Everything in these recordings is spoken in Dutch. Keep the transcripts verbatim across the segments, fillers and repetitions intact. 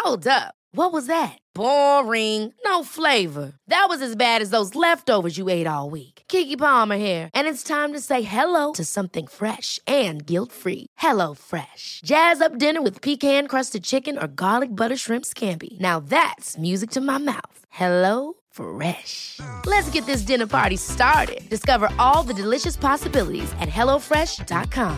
Hold up. What was that? Boring. No flavor. That was as bad as those leftovers you ate all week. Keke Palmer here, and it's time to say hello to something fresh and guilt-free. Hello Fresh. Jazz up dinner with pecan-crusted chicken or garlic butter shrimp scampi. Now that's music to my mouth. Hello Fresh. Let's get this dinner party started. Discover all the delicious possibilities at hello fresh dot com.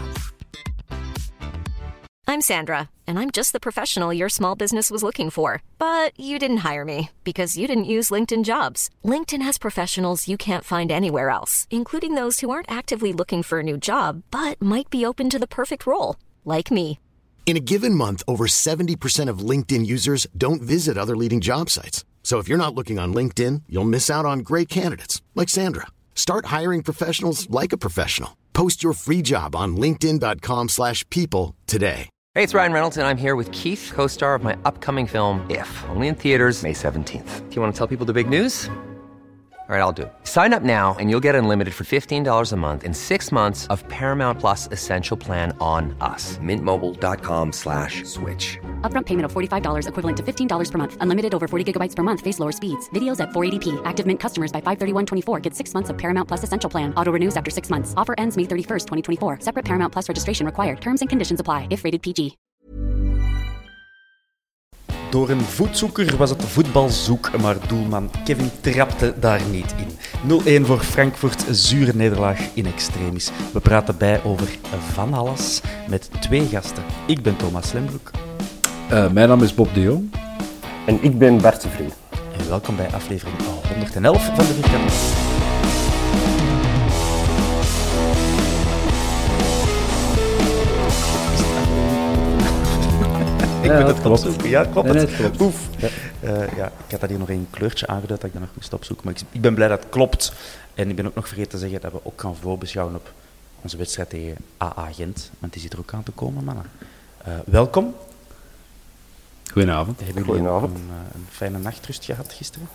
I'm Sandra, and I'm just the professional your small business was looking for. But you didn't hire me because you didn't use LinkedIn Jobs. LinkedIn has professionals you can't find anywhere else, including those who aren't actively looking for a new job, but might be open to the perfect role, like me. In a given month, over seventy percent of LinkedIn users don't visit other leading job sites. So if you're not looking on LinkedIn, you'll miss out on great candidates, like Sandra. Start hiring professionals like a professional. Post your free job on linkedin dot com slash people today. Hey, it's Ryan Reynolds, and I'm here with Keith, co-star of my upcoming film, If, only in theaters May seventeenth. Do you want to tell people the big news? All right, I'll do it. Sign up now and you'll get unlimited for fifteen dollars a month and six months of Paramount Plus Essential Plan on us. Mint Mobile dot com slash switch. Upfront payment of forty-five dollars equivalent to fifteen dollars per month. Unlimited over forty gigabytes per month. Face lower speeds. Videos at four eighty p. Active Mint customers by five thirty-one twenty-four get six months of Paramount Plus Essential Plan. Auto renews after six months. Offer ends May thirty-first, twenty twenty-four. Separate Paramount Plus registration required. Terms and conditions apply if rated P G. Door een voetzoeker was het voetbalzoek, maar doelman Kevin trapte daar niet in. nul-een voor Frankfurt, zure nederlaag in extremis. We praten bij over van alles met twee gasten. Ik ben Thomas Lembroek. Uh, mijn naam is Bob de Jong. En ik ben Bart de Vree. En welkom bij aflevering honderdelf van de Vierkante. Ik ja, moet het klopt. opzoeken. Ja, klopt nee, het? nee, het klopt. Oef. Ja. Uh, ja, ik had daar hier nog een kleurtje aangeduid dat ik dat nog moest opzoeken. Maar ik, ik ben blij dat het klopt. En ik ben ook nog vergeten te zeggen dat we ook gaan voorbeschouwen op onze wedstrijd tegen A A Gent. Want die zit er ook aan te komen, mannen. Uh, welkom. Goedenavond. Hebben jullie Goedenavond. Een, een, een fijne nachtrust gehad gisteren?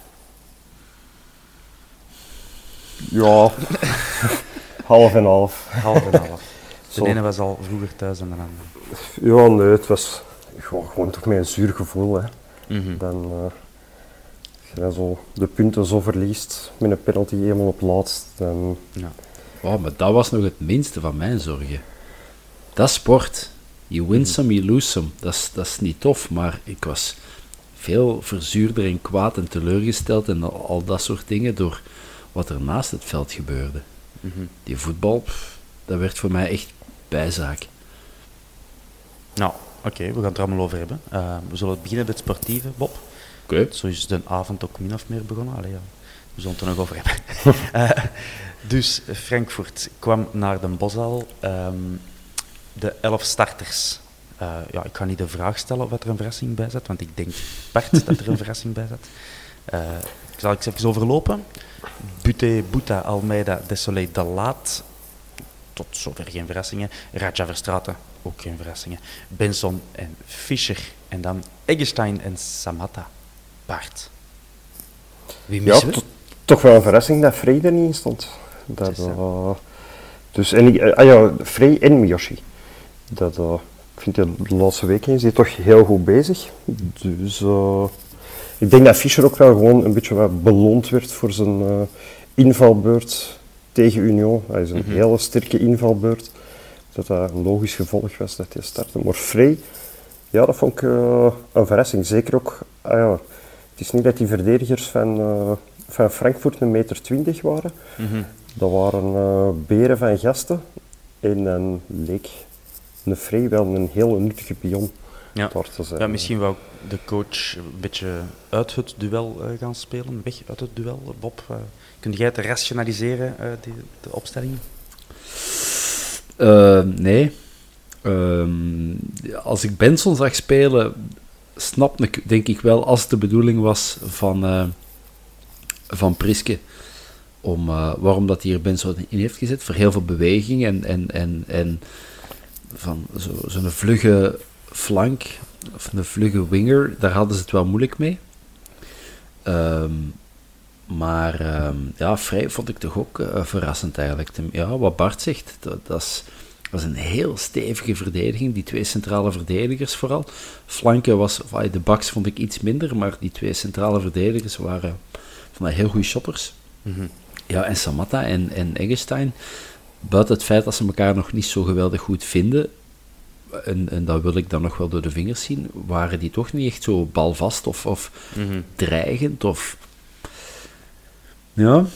Ja, half en half. Half en half. De Zo. ene was al vroeger thuis dan de andere. Ja, nee, het was gewoon, gewoon toch met een zuur gevoel. Hè. Mm-hmm. Dan, uh, als je dan zo de punten zo verliest met een penalty helemaal op laatst, dan... Ja. Wow, maar dat was nog het minste van mijn zorgen. Dat is sport. You win some, you lose some. Dat is, dat is niet tof, maar ik was veel verzuurder en kwaad en teleurgesteld en al, al dat soort dingen door wat er naast het veld gebeurde. Mm-hmm. Die voetbal, pff, dat werd voor mij echt bijzaak. Nou, oké, okay, we gaan het er allemaal over hebben. Uh, we zullen beginnen met het sportieve, Bob. Oké. Okay. Zo is de avond ook min of meer begonnen. Allee, ja. We zullen het er nog over hebben. uh, dus Frankfurt kwam naar Den Bosch. Um, de elf starters. Uh, ja, ik ga niet de vraag stellen wat er een verrassing bij zat, want ik denk Bart dat er een verrassing bij zat. Uh, ik zal het even overlopen. Buté, Bouta, Almeida, Desolé, De Laat. Tot zover geen verrassingen. Raja Verstraeten, ook geen verrassingen. Benson en Fischer. En dan Eggestein en Samatta. Bart. Wie Ja, missen we? to- toch wel een verrassing dat Frey er niet in stond. Dat, uh, dus, en ik, uh, ah ja, Frey en Miyoshi. Dat, uh, ik vind de laatste weken is hij toch heel goed bezig. Dus uh, ik denk dat Fischer ook wel gewoon een beetje wat beloond werd voor zijn uh, invalbeurt tegen Union. Hij is een Mm-hmm. hele sterke invalbeurt. Dat dat een logisch gevolg was dat hij startte. Maar Frey, ja, dat vond ik uh, een verrassing. Zeker ook, ah ja, het is niet dat die verdedigers van, uh, van Frankfurt een meter twintig waren. Mm-hmm. Dat waren uh, beren van gasten. En dan leek een Frey wel een hele nuttige pion Ja. daar te zijn. Ja, misschien wou de coach een beetje uit het duel uh, gaan spelen. Weg uit het duel, Bob. Uh, kun jij het rationaliseren, uh, die, de opstelling? Uh, nee. Um, als ik Benson zag spelen, snapte ik denk ik wel, als het de bedoeling was van, uh, van Priske, om, uh, waarom dat hij er Benson in heeft gezet, voor heel veel beweging en, en, en, en van zo, zo'n vlugge flank, of een vlugge winger, daar hadden ze het wel moeilijk mee. Um, maar um, ja, Frey vond ik toch ook uh, verrassend eigenlijk. Ja, wat Bart zegt, dat, dat is was een heel stevige verdediging, die twee centrale verdedigers vooral. Flanken was, of, de backs vond ik iets minder, maar die twee centrale verdedigers waren van heel goede shotters. Mm-hmm. Ja, en Samatta en, en Eggestein, buiten het feit dat ze elkaar nog niet zo geweldig goed vinden, en, en dat wil ik dan nog wel door de vingers zien, waren die toch niet echt zo balvast of, of mm-hmm. dreigend of... Ja...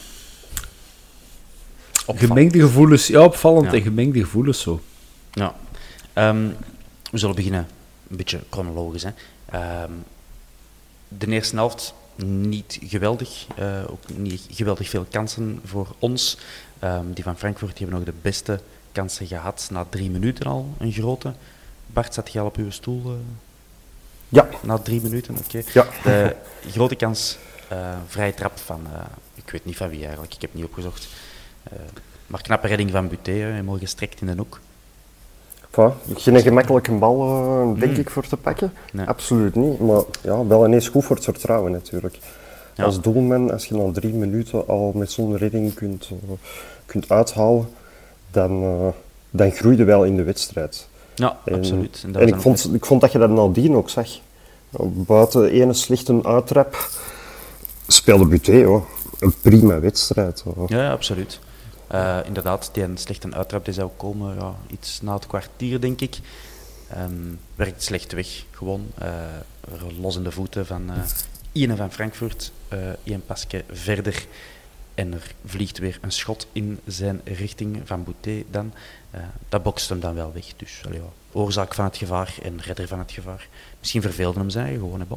Opvallend. Gemengde gevoelens, ja, opvallend Ja. en gemengde gevoelens zo. Ja. Um, we zullen beginnen, een beetje chronologisch. Hè. Um, de eerste helft niet geweldig, uh, ook niet geweldig veel kansen voor ons. Um, die van Frankfurt die hebben nog de beste kansen gehad, na drie minuten al, een grote. Bart, zat je al op uw stoel? Uh, Ja. Na drie minuten, oké. Okay. Ja. De grote kans, uh, vrije trap van, uh, ik weet niet van wie eigenlijk, ik heb niet opgezocht. Uh, maar knappe redding van Buté, helemaal gestrekt in de hoek. Enfin, geen gemakkelijke bal, uh, denk mm. ik, voor te pakken. Nee. Absoluut niet. Maar ja, wel ineens goed voor het vertrouwen natuurlijk. Ja. Als doelman, als je na drie minuten al met zo'n redding kunt, uh, kunt uithalen, dan, uh, dan groei je wel in de wedstrijd. Ja, en, absoluut. En, dat en was ik, vond, ik vond dat je dat nadien ook zag. Buiten ene slechte uittrap speelde Buté hoor. Een prima wedstrijd. Hoor. Ja, ja, absoluut. Uh, inderdaad, die een slechte uittrap die zou komen ja, iets na het kwartier, denk ik. Um, werkt slecht weg, gewoon. Uh, lossende voeten van uh, Iene van Frankfurt. Uh, Ian Paske verder. En er vliegt weer een schot in zijn richting van Buté dan. Uh, dat bokst hem dan wel weg. Dus allee, ja, oorzaak van het gevaar en redder van het gevaar. Misschien verveelde hem zijn gewoon, hè, Bob?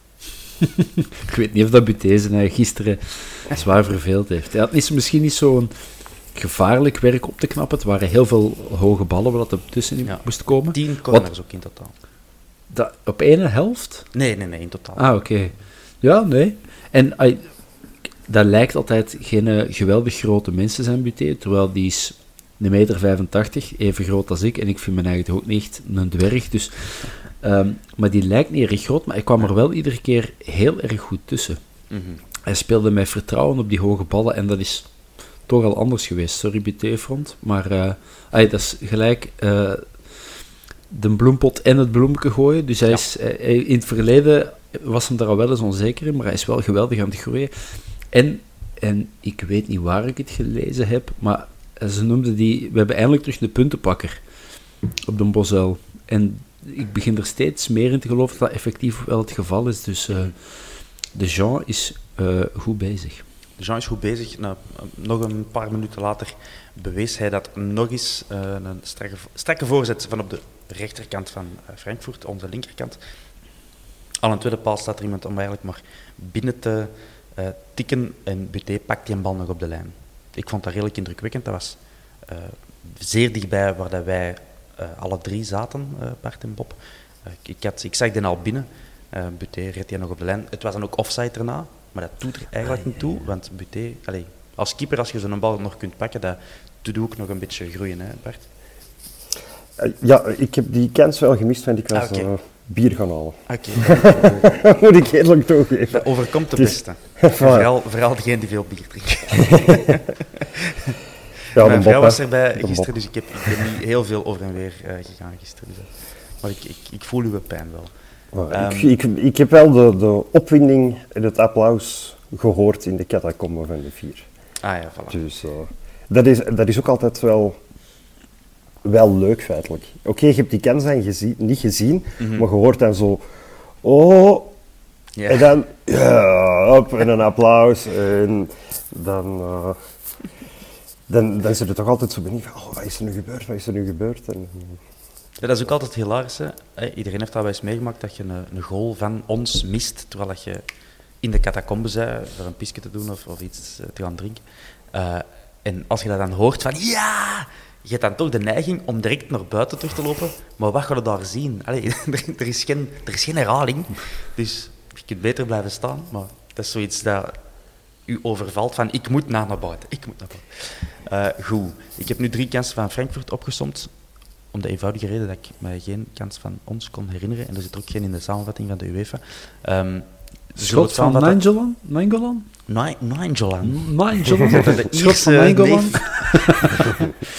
Ik weet niet of dat Buté zijn gisteren zwaar verveeld heeft. Hij had niet, misschien niet zo'n gevaarlijk werk op te knappen. Het waren heel veel hoge ballen waar dat er tussenin ja. moest komen. Tien corners ook in totaal. Dat, op één helft? Nee, nee, nee, in totaal. Ah, oké. Okay. Ja, nee. En uh, dat lijkt altijd geen uh, geweldig grote mensen zijn, Buté, terwijl die is een meter vijfentachtig, even groot als ik. En ik vind mijn eigen toch ook niet echt een dwerg, dus... Um, maar die lijkt niet erg groot, maar hij kwam er wel iedere keer heel erg goed tussen. Mm-hmm. Hij speelde met vertrouwen op die hoge ballen en dat is toch al anders geweest. Sorry, Buté-front, maar uh, ay, dat is gelijk uh, de bloempot en het bloemke gooien. Dus hij ja. is, hij, in het verleden was hem daar al wel eens onzeker in, maar hij is wel geweldig aan het groeien. En, en ik weet niet waar ik het gelezen heb, maar ze noemden die... We hebben eindelijk terug een puntenpakker op de Bosuil. En ik begin er steeds meer in te geloven dat dat effectief wel het geval is. Dus uh, de Jean is uh, goed bezig. De Jean is goed bezig. Nou, nog een paar minuten later bewees hij dat nog eens uh, een strakke, strakke voorzet van op de rechterkant van uh, Frankfurt, onze linkerkant. Aan een tweede paal staat er iemand om eigenlijk maar binnen te uh, tikken en Buté pakt die een bal nog op de lijn. Ik vond dat redelijk indrukwekkend. Dat was uh, zeer dichtbij waar dat wij uh, alle drie zaten, uh, Bart en Bob. Uh, ik, had, ik zag die al binnen. Uh, Buté reed die nog op de lijn. Het was dan ook offside erna, maar dat doet er eigenlijk niet toe, want Buté, allez, als keeper, als je zo'n bal nog kunt pakken, dat doet ook nog een beetje groeien, hè, Bart? Uh, ja, ik heb die kans wel gemist, want ik was ah, okay. uh, bier gaan halen. Oké. Okay. Moet ik eerlijk toegeven. Dat overkomt de dus, beste. vooral, vooral degene die veel bier drinkt. Ja, mijn vrouw Bob, was erbij gisteren, Bob. dus ik, heb, ik ben niet heel veel over en weer uh, gegaan gisteren. Dus, maar ik, ik, ik voel uw pijn wel. Oh, um, ik, ik, ik heb wel de, de opwinding en het applaus gehoord in de catacomben van de vier. Ah ja, voilà. Dus uh, dat, is, dat is ook altijd wel, wel leuk feitelijk. Oké, okay, je hebt die kans dan gezien, niet gezien, mm-hmm. maar je hoort dan zo... Oh... Yeah. En dan... Ja, op, en een applaus. En dan... Uh, dan, dan zit er toch altijd zo benieuwd van... Oh, wat is er nu gebeurd? Wat is er nu gebeurd? En, ja, dat is ook altijd hilarisch. Hè? Iedereen heeft dat wel eens meegemaakt dat je een, een goal van ons mist, terwijl dat je in de catacombe bent, voor een pisje te doen of, of iets te gaan drinken. Uh, en als je dat dan hoort van ja, je hebt dan toch de neiging om direct naar buiten terug te lopen, maar wat ga je daar zien? Allee, er, er, is geen, er is geen herhaling, dus je kunt beter blijven staan, maar dat is zoiets dat u overvalt van ik moet naar, naar buiten, ik moet naar buiten. Uh, goed, ik heb nu drie kansen van Frankfurt opgesomd. Om de eenvoudige reden dat ik mij geen kans van ons kon herinneren. En er zit ook geen in de samenvatting van de UEFA. Um, Schot van Nainggolan? Nainggolan? Nainggolan. Nainggolan. De Schot van Nainggolan.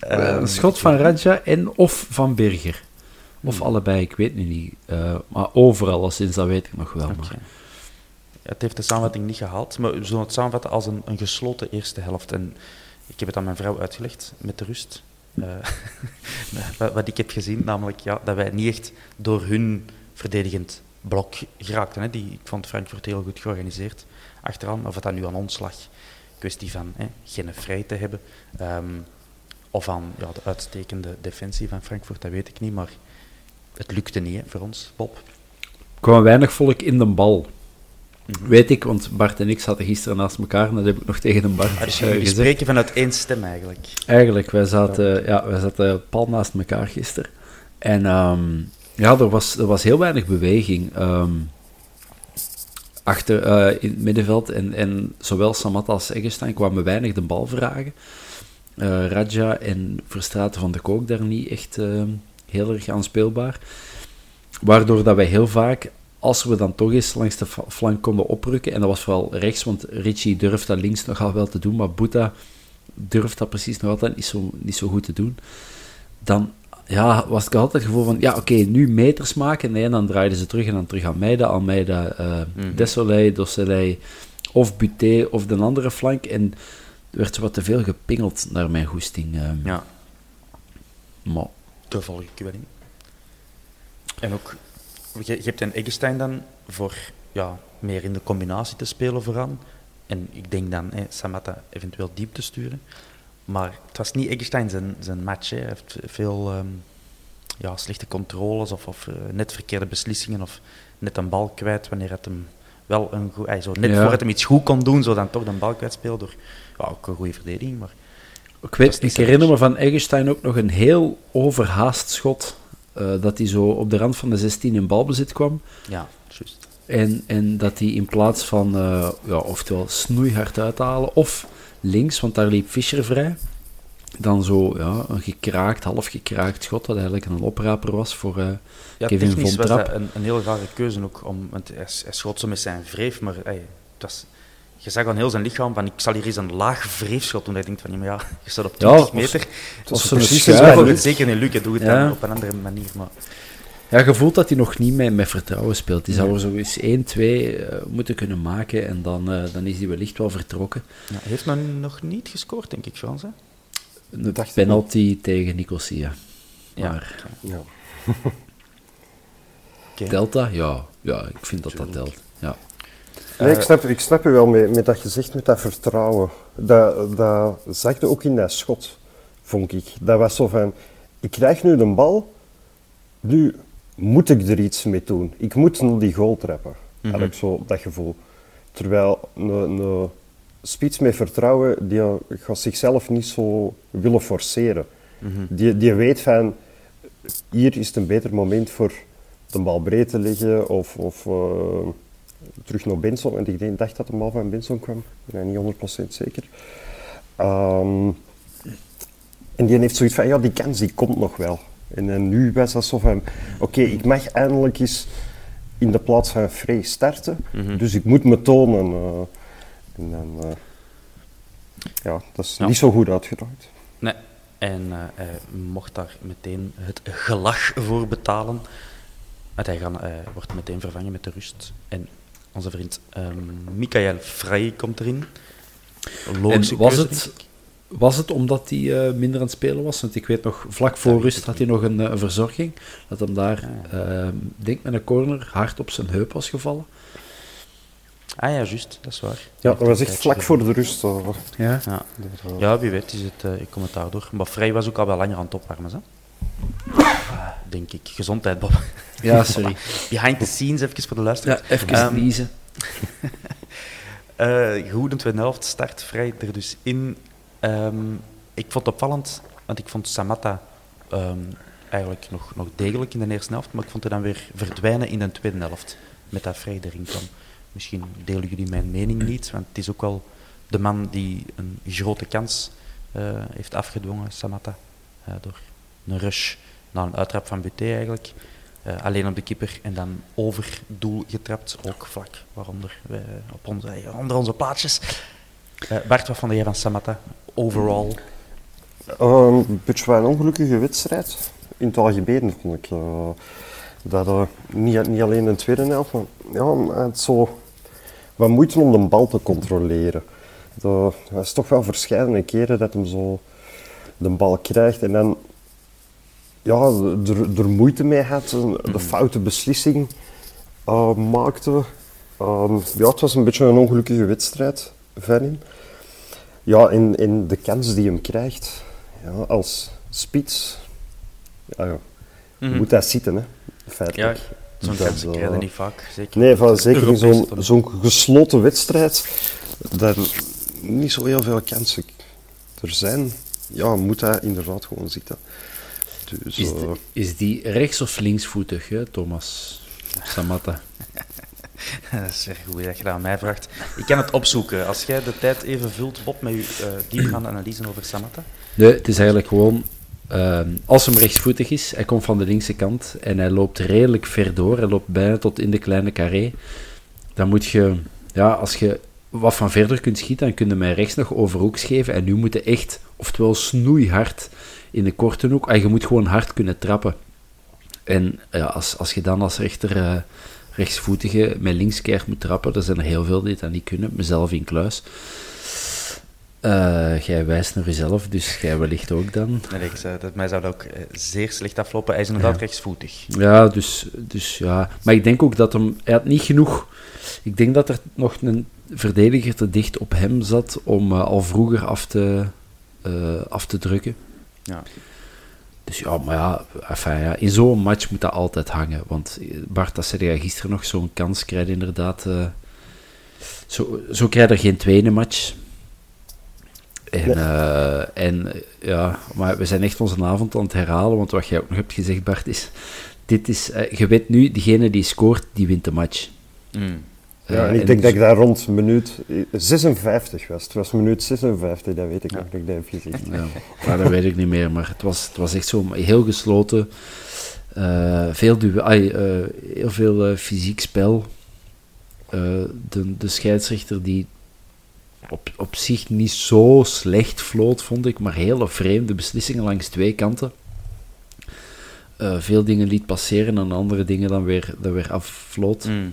Uh, een schot van Radja en of van Berger. Of hmm. allebei, ik weet nu niet. Uh, maar overal, sinds dat weet ik nog wel. Okay. Maar. Het heeft de samenvatting niet gehaald, maar we zullen het samenvatten als een, een gesloten eerste helft. En ik heb het aan mijn vrouw uitgelegd, met de rust. Uh, wat, wat ik heb gezien, namelijk ja, dat wij niet echt door hun verdedigend blok geraakten. Hè. Die, ik vond Frankfurt heel goed georganiseerd achteraan, of het dan nu aan ons lag. Kwestie van hè, geen vrij te hebben. Um, of aan ja, de uitstekende defensie van Frankfurt, dat weet ik niet, maar het lukte niet hè, voor ons, Bob. Er kwam weinig volk in de bal. Mm-hmm. Weet ik, want Bart en ik zaten gisteren naast elkaar en dat heb ik nog tegen een Bart ah, dus jullie spreken vanuit één stem eigenlijk. Eigenlijk, wij zaten, ja. Ja, wij zaten pal naast elkaar gisteren. En um, ja, er was, er was heel weinig beweging um, achter uh, in het middenveld. En, en zowel Samatta als Eggestein kwamen weinig de bal vragen. Uh, Radja en Verstraeten van de Kook daar niet echt uh, heel erg aanspeelbaar. Waardoor dat wij heel vaak, als we dan toch eens langs de flank konden oprukken, en dat was vooral rechts, want Richie durft dat links nogal wel te doen, maar Boeta durft dat precies nog altijd niet zo, niet zo goed te doen, dan ja, was ik altijd het gevoel van, ja oké, okay, nu meters maken, nee, dan draaiden ze terug en dan terug Almeida, Almeida, uh, mm-hmm. Desolé, Dosselé, of Buté, of de andere flank, en er werd wat te veel gepingeld naar mijn goesting. Um, ja. Maar... Daar volg ik wel in. En ook, je, je hebt een Eggestein dan voor ja, meer in de combinatie te spelen vooraan. En ik denk dan eh, Samatta eventueel diep te sturen. Maar het was niet Eggestein zijn, zijn match. Hè. Hij heeft veel um, ja, slechte controles of, of uh, net verkeerde beslissingen of net een bal kwijt wanneer het hem wel een goed... Ay, zo, net ja. voor het hem iets goed kon doen, zo dan toch de bal kwijtspelen door ja, ook een goede verdediging. Maar ik weet, ik herinner me van Eggestein ook nog een heel overhaast schot. Uh, dat hij zo op de rand van de zestien in balbezit kwam. Ja, juist. En, en dat hij in plaats van, uh, ja, oftewel snoeihard uithalen, of links, want daar liep Fischer vrij, dan zo ja, een gekraakt, half gekraakt schot, dat eigenlijk een opraper was voor uh, ja, Kevin Von Trapp. was dat een, een heel rare keuze ook, om, want hij, hij schoot zo met zijn wreef, maar hey, het was... Je zag aan heel zijn lichaam van, ik zal hier eens een laag wreefschot doen. Dat je denkt van, ja, maar ja, je staat op twintig ja, meter. Of, of precies zo. Zeker niet Luc, doe het ja. dan op een andere manier. Maar... Ja, je voelt dat hij nog niet met, met vertrouwen speelt. Die zou er zo eens één, twee uh, moeten kunnen maken en dan, uh, dan is hij wellicht wel vertrokken. Ja, hij heeft nog, nog niet gescoord, denk ik, Frans. Hè? Een penalty tegen Nicosia. Ja. Maar... ja. okay. Delta? Ja. Ja, ik vind dat Tuurlijk. dat telt. Ja. Nee, ik snap, ik snap je wel met, met dat gezegd, met dat vertrouwen. Dat, dat zakte ook in dat schot, vond ik. Dat was zo van, ik krijg nu de bal, nu moet ik er iets mee doen. Ik moet naar die goal trappen. Mm-hmm. Had ik zo dat gevoel. Terwijl een, een spits met vertrouwen, die gaat zichzelf niet zo willen forceren. Mm-hmm. Die, die weet van, hier is het een beter moment voor de bal breed te leggen, of... of uh, terug naar Benson, want ik dacht dat de bal van Benson kwam. Ik ben niet honderd procent zeker. Um, en die heeft zoiets van, ja, die kans die komt nog wel. En, en nu was dat zo van, oké, okay, ik mag eindelijk eens in de plaats van Frey starten, mm-hmm. dus ik moet me tonen. Uh, en dan, uh, ja, dat is ja. niet zo goed uitgedraaid. Nee, en uh, hij mocht daar meteen het gelach voor betalen. Hij gaan, uh, wordt meteen vervangen met de rust. En onze vriend um, Michael Frey komt erin. Logische en was, keuze, het, was het omdat hij uh, minder aan het spelen was? Want ik weet nog, vlak voor ja, rust had hij nog een, uh, een verzorging. Dat hem daar, ja. uh, denk met een corner, hard op zijn heup was gevallen. Ah ja, juist, dat is waar. Ja, dat was echt vlak voor de rust. Uh, ja. Ja. ja, wie weet is het uh, ik commentaar door. Maar Frey was ook al wel langer aan het opwarmen, hè? Denk ik. Gezondheid, Bob. Ja, sorry. Behind the scenes, even voor de luisteraars. Ja, even um, lezen. uh, goed, een tweede helft start Frey er dus in. Um, ik vond het opvallend, want ik vond Samatta um, eigenlijk nog, nog degelijk in de eerste helft, maar ik vond hij dan weer verdwijnen in de tweede helft, met dat Frey erin kwam. Misschien delen jullie mijn mening niet, want het is ook wel de man die een grote kans uh, heeft afgedwongen, Samatta, uh, door een rush na een uittrap van Buté eigenlijk. Uh, alleen op de keeper en dan over doel getrapt, ook vlak, waaronder wij op onze, onder onze plaatsjes. Uh, Bart, wat vond jij van Samatta overall? Uh, een beetje van een ongelukkige wedstrijd. In het algemeen vond ik uh, dat uh, niet, niet alleen in de tweede helft, maar ja, het zo wat moeite om de bal te controleren. Dat is toch wel verschillende keren dat hij zo de bal krijgt en dan ja, er, er moeite mee had, de foute beslissing uh, maakte. Uh, ja, het was een beetje een ongelukkige wedstrijd van hem. Ja, in, in de kans die hem krijgt, ja, als spits, ja, ja, mm-hmm. moet dat zitten, hè, feitelijk. Ja, zo'n kans uh, krijg je niet vaak, zeker. Nee, van, zeker in zo'n, zo'n gesloten wedstrijd, daar niet zo heel veel kansen er zijn, ja, moet dat inderdaad gewoon zitten. Dus, is, de, is die rechts- of linksvoetig, hè, Thomas Samatta? Dat is erg goed dat je dat aan mij vraagt. Ik kan het opzoeken. Als jij de tijd even vult, Bob, met je uh, diepgaande analyse over Samatta. Nee, het is eigenlijk gewoon... Uh, als hem rechtsvoetig is, hij komt van de linkse kant en hij loopt redelijk ver door. Hij loopt bijna tot in de kleine carré. Dan moet je... Ja, als je wat van verder kunt schieten, dan kun je mij rechts nog overhoek geven. En nu moet je echt, oftewel snoeihard in de korte hoek. En je moet gewoon hard kunnen trappen. En ja, als, als je dan als rechter... Uh, rechtsvoetige met linkskeert moet trappen. Er zijn er heel veel die dat niet kunnen, mezelf in kluis. Uh, jij wijst naar jezelf, dus jij wellicht ook dan. Nee, ik zei, dat mij zou dat ook uh, zeer slecht aflopen. Hij is inderdaad ja. rechtsvoetig. Ja, dus, dus ja. Maar ik denk ook dat hem... Hij had niet genoeg... Ik denk dat er nog een verdediger te dicht op hem zat om uh, al vroeger af te, uh, af te drukken. Ja. Dus ja, maar ja, enfin, ja, in zo'n match moet dat altijd hangen. Want Bart, dat zei jij gisteren nog, zo'n kans krijg je inderdaad... Uh, zo, zo krijg je er geen tweede match. En, uh, en ja, maar we zijn echt onze avond aan het herhalen, want wat jij ook nog hebt gezegd, Bart, is... Dit is uh, je weet nu, diegene die scoort, die wint de match. Mm. Ja, en ik en denk dus, dat ik daar rond minuut zesenvijftig was. Het was minuut zesenvijftig, dat weet ik ja. nog, dat ik dat heb gezegd. Ja, maar dat weet ik niet meer, maar het was, het was echt zo heel gesloten. Uh, veel duwe, ay, uh, heel veel uh, fysiek spel. Uh, de, de scheidsrechter die op, op zich niet zo slecht floot, vond ik, maar hele vreemde beslissingen langs twee kanten. Uh, veel dingen liet passeren en andere dingen dan weer, dan weer affloot. Mm.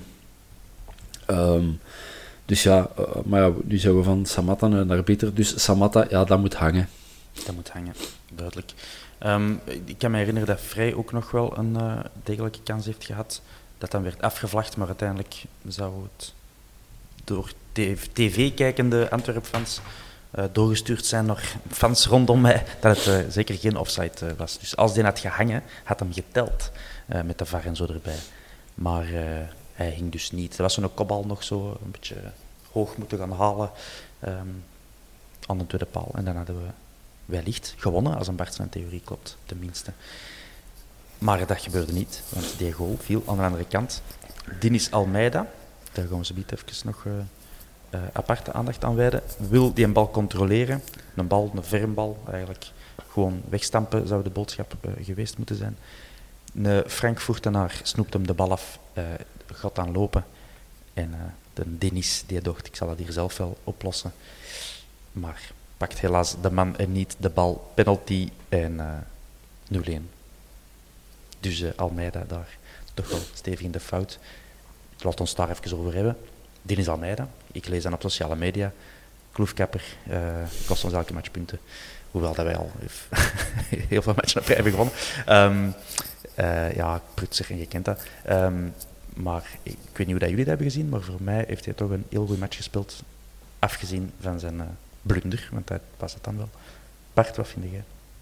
Um, dus ja, uh, maar ja, nu zijn we van Samatta naar arbiter. Dus Samatta, ja, dat moet hangen. Dat moet hangen, duidelijk. Um, ik kan me herinneren dat Vrij ook nog wel een uh, degelijke kans heeft gehad. Dat dan werd afgevlacht, maar uiteindelijk zou het door tv-kijkende Antwerp-fans uh, doorgestuurd zijn naar fans rondom mij, dat het uh, zeker geen offside uh, was. Dus als die had gehangen, had hem geteld uh, met de V A R en zo erbij. Maar... Uh, Hij hing dus niet. Er was zo'n kopbal nog zo een beetje hoog moeten gaan halen um, aan de tweede paal. En dan hadden we wellicht gewonnen, als een Bart zijn theorie klopt, tenminste. Maar dat gebeurde niet, want die goal viel aan de andere kant. Dinis Almeida, daar gaan we zo even nog uh, uh, aparte aandacht aan wijden, wil die een bal controleren. Een bal, een vermbal, eigenlijk gewoon wegstampen zou de boodschap uh, geweest moeten zijn. Een Frankfurtenaar snoept hem de bal af, uh, gaat dan lopen. En uh, de Denis, die dacht, ik zal dat hier zelf wel oplossen. Maar pakt helaas de man en niet de bal, penalty en uh, nul-een. Dus uh, Almeida daar toch wel stevig in de fout. Laat ons daar even over hebben. Denis Almeida, ik lees dan op sociale media. Kloefkapper, uh, kost ons elke match punten. Hoewel dat wij al heel veel matchen op rij hebben gewonnen. Um, Uh, ja, prutser en je kent dat. Um, maar ik, ik weet niet hoe dat jullie dat hebben gezien, maar voor mij heeft hij toch een heel goed match gespeeld. Afgezien van zijn uh, blunder, want dat was het dan wel. Bart, wat vind jij?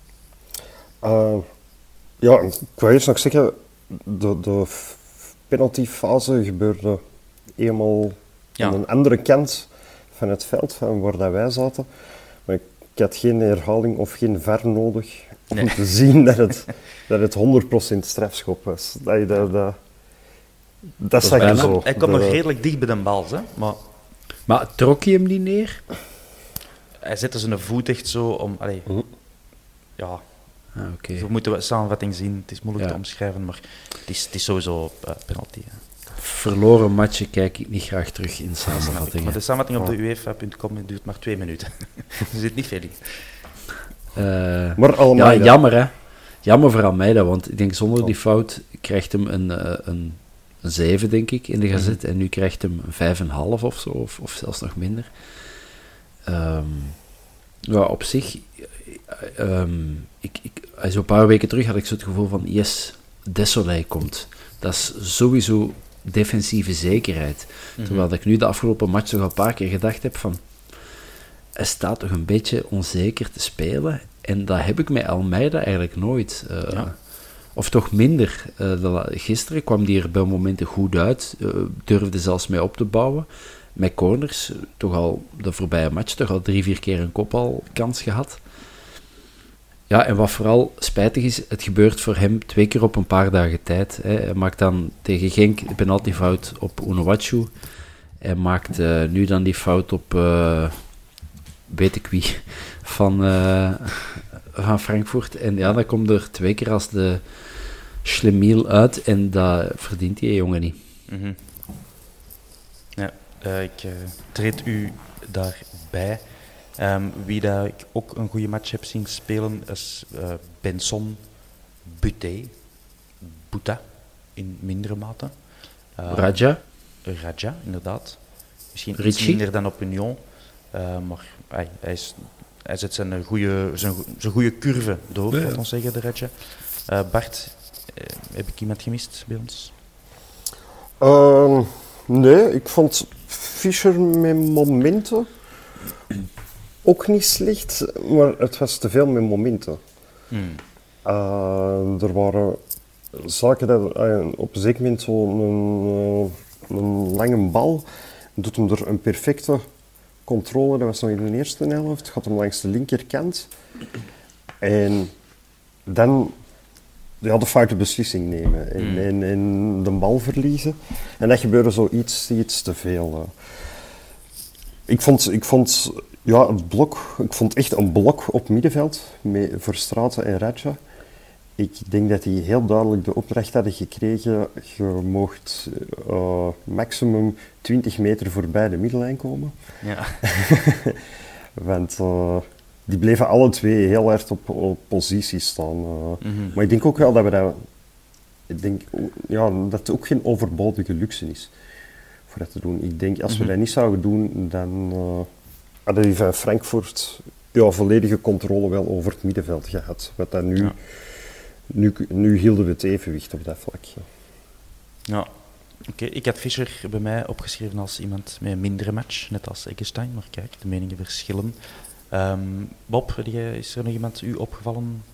Uh, ja, ik wil eerst nog zeggen, de, de penaltyfase gebeurde eenmaal ja. aan een andere kant van het veld, van waar dat wij zaten. Maar ik, ik had geen herhaling of geen V A R nodig om nee. te zien dat het, dat het honderd procent strafschop was. Dat, dat, dat, dat zag je zo. Hij kwam nog redelijk dicht bij de bal, hè? Maar... maar trok hij hem niet neer? Hij zette zijn voet echt zo om... Allee, hm. Ja, ah, okay. we moeten de samenvatting zien. Het is moeilijk ja. te omschrijven, maar het is, het is sowieso uh, penalty. Hè. Verloren matchen kijk ik niet graag terug in samenvattingen. Maar de samenvatting op de UEFA punt com duurt maar twee minuten. Er zit niet veel in. Uh, maar Almeida... Ja, jammer hè. Jammer voor Almeida, want ik denk zonder die fout krijgt hem een, uh, een, een zeven, denk ik, in de gazet. Mm-hmm. En nu krijgt hem een vijf komma vijf of zo, of, of zelfs nog minder. Um, ja, op zich... Um, ik, ik, zo een paar weken terug had ik zo het gevoel van, yes, Desolé komt. Dat is sowieso defensieve zekerheid. Mm-hmm. Terwijl ik nu de afgelopen match nog een paar keer gedacht heb van, hij staat toch een beetje onzeker te spelen. En dat heb ik met Almeida eigenlijk nooit. Uh, ja. Of toch minder. Uh, de, gisteren kwam die er bij momenten goed uit. Uh, durfde zelfs mee op te bouwen. Met corners, toch al de voorbije match, toch al drie, vier keer een kopbalkans gehad. Ja, en wat vooral spijtig is, het gebeurt voor hem twee keer op een paar dagen tijd. Hè. Hij maakt dan tegen Genk een penaltyfout op Unuwachu. Hij maakt uh, nu dan die fout op... Uh, weet ik wie, van, uh, van Frankfurt. En ja, dan komt er twee keer als de schlemiel uit en dat verdient die jongen niet. Mm-hmm. Ja, uh, ik uh, treed u daarbij. Um, wie dat ik ook een goede match heb zien spelen is uh, Benson Buté. Buta, in mindere mate. Uh, Raja. Raja, inderdaad. Misschien iets Richie. minder dan op Union. Uh, maar hij, hij, is, hij zet zijn goede, zijn, zijn goede curve door, ja. Laat ons zeggen, de Raja. Uh, Bart, uh, heb ik iemand gemist bij ons? Uh, nee, ik vond Fischer met momenten ook niet slecht, maar het was te veel met momenten. Hmm. Uh, er waren zaken dat uh, op een zeker moment zo'n een, een lange bal doet hem er een perfecte controle, dat was nog in de eerste helft, gaat hem langs de linkerkant en dan ja, de foute beslissing nemen en, mm. en, en de bal verliezen. En dat gebeurde zoiets iets te veel. Uh. Ik vond, ik vond ja, het blok, ik vond echt een blok op middenveld met Verstraeten en Raja. Ik denk dat die heel duidelijk de opdracht hadden gekregen, je mocht uh, maximum twintig meter voorbij de middenlijn komen. Ja. Want uh, die bleven alle twee heel erg op, op positie staan. Uh. Mm-hmm. Maar ik denk ook wel dat we dat... Ik denk ja, dat het ook geen overbodige luxe is voor dat te doen. Ik denk, als mm-hmm. we dat niet zouden doen, dan uh, hadden die van Frankfurt ja, volledige controle wel over het middenveld gehad. Wat dat nu... Ja. Nu, nu hielden we het evenwicht op dat vlak. Ja, ja. Oké. Okay. Ik had Fischer bij mij opgeschreven als iemand met een mindere match, net als Eggestein, maar kijk, de meningen verschillen. Um, Bob, is er nog iemand u opgevallen?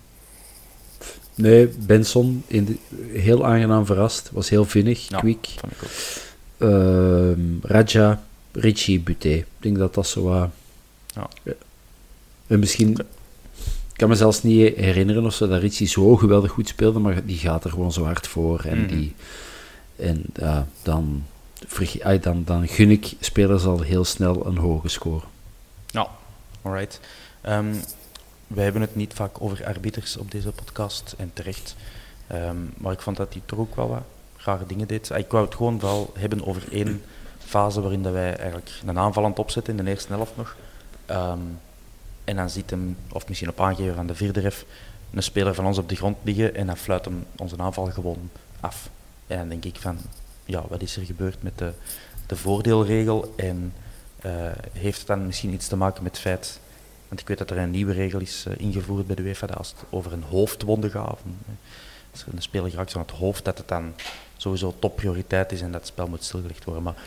Nee, Benson, in de, heel aangenaam verrast, was heel vinnig, ja, quick. Vond ik ook. Uh, Raja, Richie, Buté. Ik denk dat dat zo was. Uh, ja. En misschien... Okay. Ik kan me zelfs niet herinneren of zo dat Richie zo geweldig goed speelde, maar die gaat er gewoon zo hard voor. En, mm. die, en uh, dan, dan, dan gun ik spelers al heel snel een hoge score. Ja, alright. Um, wij hebben het niet vaak over arbiters op deze podcast, en terecht. Um, maar ik vond dat hij toch ook wel wat rare dingen deed. Ik wou het gewoon wel hebben over één fase waarin dat wij eigenlijk een aanval aan het opzetten, in de eerste helft nog. Um, En dan ziet hem, of misschien op aangeven van de vierde ref, een speler van ons op de grond liggen en dan fluit hem onze aanval gewoon af. En dan denk ik van, ja, wat is er gebeurd met de, de voordeelregel? En uh, heeft het dan misschien iets te maken met het feit, want ik weet dat er een nieuwe regel is uh, ingevoerd bij de UEFA, dat als het over een hoofdwonde gaat, of een, als er een speler geraakt aan het hoofd, dat het dan sowieso topprioriteit is en dat het spel moet stilgelegd worden. Maar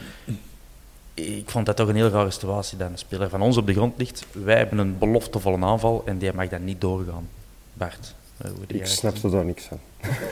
ik vond dat toch een heel rare situatie dat een speler van ons op de grond ligt. Wij hebben een beloftevolle aanval en die mag dan niet doorgaan. Bart, hoe ik snapte daar niks van.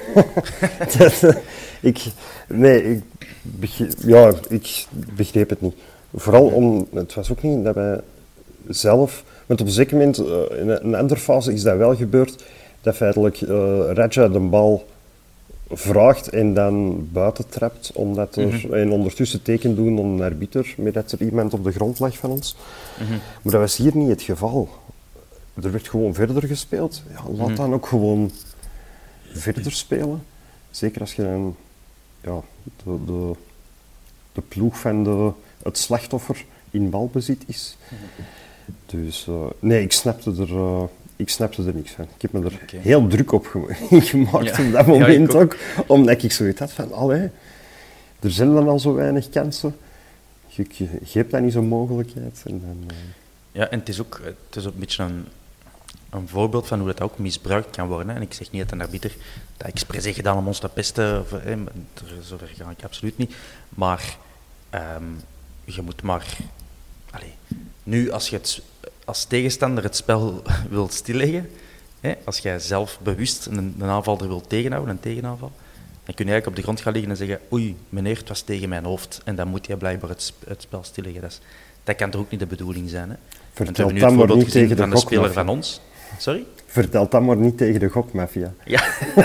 dat, ik, nee, ik begreep, ja, ik begreep het niet. Vooral om, het was ook niet dat wij zelf, want op een zeker moment, uh, in een andere fase is dat wel gebeurd, dat feitelijk uh, Raja de bal vraagt en dan buiten trapt, omdat er, mm-hmm. en ondertussen teken doen om een arbiter, met dat er iemand op de grond lag van ons. Mm-hmm. Maar dat was hier niet het geval. Er werd gewoon verder gespeeld. Ja, laat mm-hmm. dan ook gewoon verder spelen. Zeker als je dan ja, de, de, de ploeg van de, het slachtoffer in balbezit is. Mm-hmm. Dus uh, nee, ik snapte er... Uh, ik snapte er niks van. Ik heb me er Okay. heel druk op ge- gemaakt Ja. op dat Ja, moment ik ook. ook. Omdat ik zoiets had van, allee, er zijn dan al zo weinig kansen. Je, je, je hebt dan niet zo'n mogelijkheid. En dan, uh... Ja, en het is ook, het is ook een beetje een, een voorbeeld van hoe dat ook misbruikt kan worden. Hè. En ik zeg niet dat een arbiter dat expres heeft gedaan om ons te pesten, of, hè, zover ga ik absoluut niet. Maar um, je moet maar... Allez, nu, als je het, als tegenstander het spel wilt stilleggen, hè, als jij zelf bewust een, een aanvaller wilt tegenhouden, een tegenaanval, dan kun je eigenlijk op de grond gaan liggen en zeggen, oei, meneer, het was tegen mijn hoofd. En dan moet je blijkbaar het, sp- het spel stilleggen. Dat, is, dat kan toch ook niet de bedoeling zijn, hè? Want we hebben nu het dan maar voorbeeld niet gezien tegen de van een speler gokmafia. van ons. Sorry? Vertel dat maar niet tegen de gokmafia. Ja.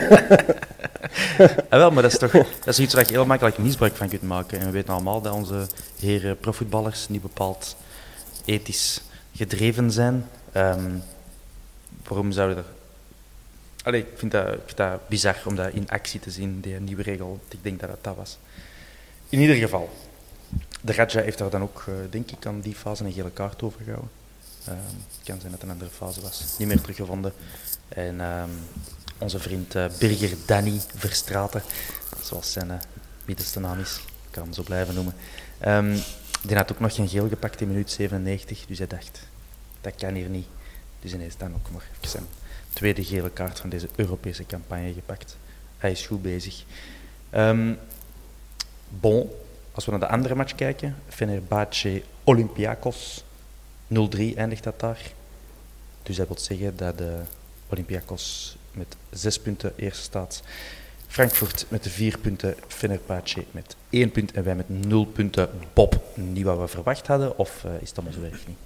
Ah, wel, maar dat is toch dat is iets waar je heel makkelijk misbruik van kunt maken. En we weten allemaal dat onze heren profvoetballers niet bepaald ethisch gedreven zijn. Um, waarom zouden er... Allee, ik vind, dat, ik vind dat bizar om dat in actie te zien, die nieuwe regel. Ik denk dat het dat was. In ieder geval, de Raja heeft daar dan ook, uh, denk ik, aan die fase een gele kaart overgehouden. Um, het kan zijn dat het een andere fase was. Niet meer teruggevonden. En um, onze vriend uh, Birger Danny Verstraeten, zoals zijn uh, middenste naam is, ik kan hem zo blijven noemen, um, die had ook nog geen geel gepakt in minuut zevenennegentig, dus hij dacht, dat kan hier niet. Dus hij heeft dan ook nog even zijn tweede gele kaart van deze Europese campagne gepakt. Hij is goed bezig. Um, bon, als we naar de andere match kijken, Fenerbahce Olympiakos, nul drie eindigt dat daar. Dus dat wil zeggen dat de Olympiakos met zes punten eerste staat. Frankfurt met de vier punten, Fenerbahce met één punt en wij met nul punten. Bob, niet wat we verwacht hadden, of uh, is dat onze werk niet?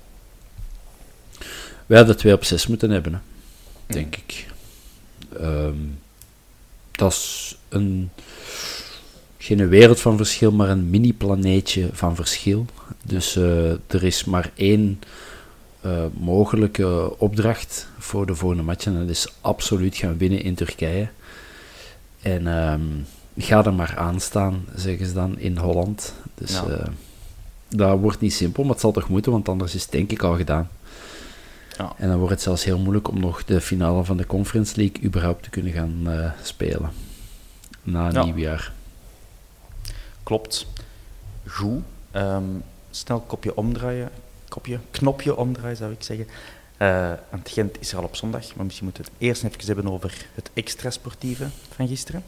Wij hadden twee op zes moeten hebben, hè, denk mm. ik. Um, dat is een, geen wereld van verschil, maar een mini-planeetje van verschil. Dus uh, er is maar één uh, mogelijke opdracht voor de volgende match en dat is absoluut gaan winnen in Turkije. En um, ga er maar aan staan, zeggen ze dan in Holland. Dus ja. uh, dat wordt niet simpel, maar het zal toch moeten, want anders is het denk ik al gedaan. Ja. En dan wordt het zelfs heel moeilijk om nog de finale van de Conference League überhaupt te kunnen gaan uh, spelen. Na ja. nieuwjaar. Klopt. Goed. Um, snel kopje omdraaien. Kopje, knopje omdraaien zou ik zeggen. Uh, want Gent is er al op zondag, maar misschien moeten we het eerst even hebben over het extra sportieve van gisteren.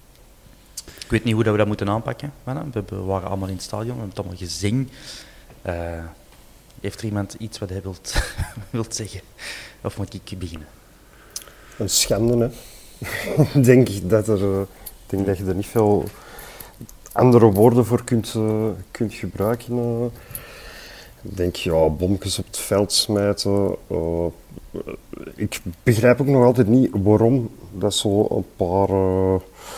Ik weet niet hoe dat we dat moeten aanpakken. We waren allemaal in het stadion, we hebben het allemaal gezien. Uh, heeft er iemand iets wat hij wilt, wilt zeggen? Of moet ik beginnen? Een schande, hè. denk ik, dat er, uh, ik denk dat je er niet veel andere woorden voor kunt, uh, kunt gebruiken. Uh. Ik denk, ja, bommetjes op het veld smijten. Uh, ik begrijp ook nog altijd niet waarom dat zo een paar uh,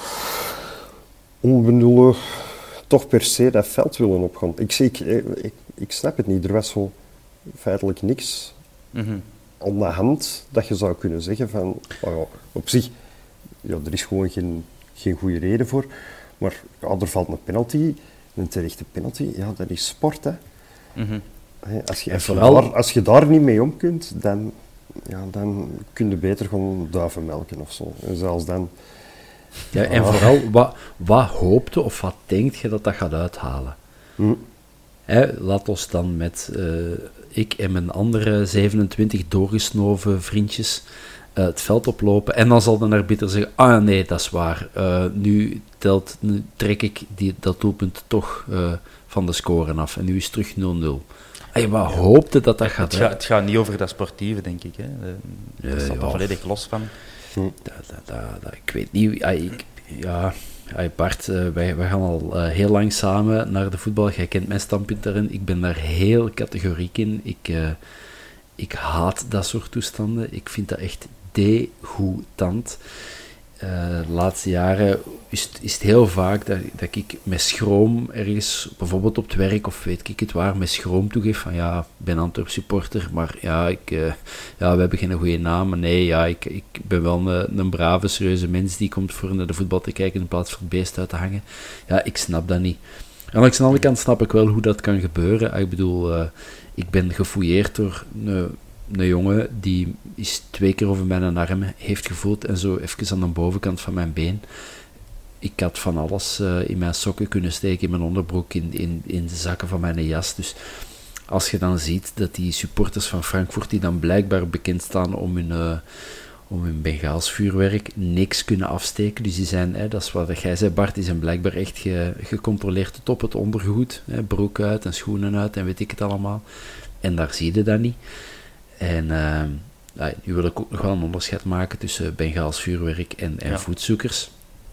onbenullen toch per se dat veld willen opgaan. Ik, ik, ik, ik snap het niet. Er was zo feitelijk niks mm-hmm. aan de hand dat je zou kunnen zeggen van, oh ja, op zich, ja, er is gewoon geen, geen goede reden voor. Maar ja, er valt een penalty, een terechte penalty, ja, dat is sport, hè. Mm-hmm. Als je, als, vooral... je daar, als je daar niet mee om kunt, dan, ja, dan kun je beter gewoon duiven melken of zo. En zelfs dan... Ja, en ah. vooral, wat, wat hoopte of wat denkt je dat dat gaat uithalen? Hm. Hè, laat ons dan met uh, ik en mijn andere zevenentwintig doorgesnoven vriendjes uh, het veld oplopen en dan zal de arbiter zeggen, ah nee, dat is waar. Uh, nu, telt, nu trek ik die, dat doelpunt toch uh, van de scoren af en nu is het terug nul nul. Hey, wat hoopte dat dat gaat... Het, gaat... het gaat niet over dat sportieve, denk ik. Hè. Daar uh, staat er ja. volledig los van. Hm. Dat, dat, dat, dat, ik weet niet... Ja, ik, ja Bart, uh, wij, wij gaan al uh, heel lang samen naar de voetbal. Jij kent mijn standpunt daarin. Ik ben daar heel categoriek in. Ik, uh, ik haat dat soort toestanden. Ik vind dat echt degoutant. Uh, de laatste jaren is het, is het heel vaak dat, dat ik met schroom ergens, bijvoorbeeld op het werk of weet ik het waar, met schroom toegeef van ja, ik ben Antwerp supporter, maar ja, ik, uh, ja, we hebben geen goede naam. Maar nee, ja, ik, ik ben wel een, een brave, serieuze mens die komt voor naar de voetbal te kijken in plaats van het beest uit te hangen. Ja, ik snap dat niet. En aan de andere kant snap ik wel hoe dat kan gebeuren. Ik bedoel, uh, ik ben gefouilleerd door een een jongen die is twee keer over mijn arm heeft gevoeld en zo even aan de bovenkant van mijn been. Ik had van alles uh, in mijn sokken kunnen steken, in mijn onderbroek, in, in, in de zakken van mijn jas. Dus als je dan ziet dat die supporters van Frankfurt, die dan blijkbaar bekend staan om hun, uh, om hun Bengaals vuurwerk, niks kunnen afsteken. Dus die zijn, hè, dat is wat jij zei Bart, die zijn blijkbaar echt ge, gecontroleerd tot op het ondergoed. Hè, broek uit en schoenen uit en weet ik het allemaal. En daar zie je dat niet. En uh, ja, nu wil ik ook nog wel een onderscheid maken tussen Bengaals vuurwerk en, en ja. voetzoekers.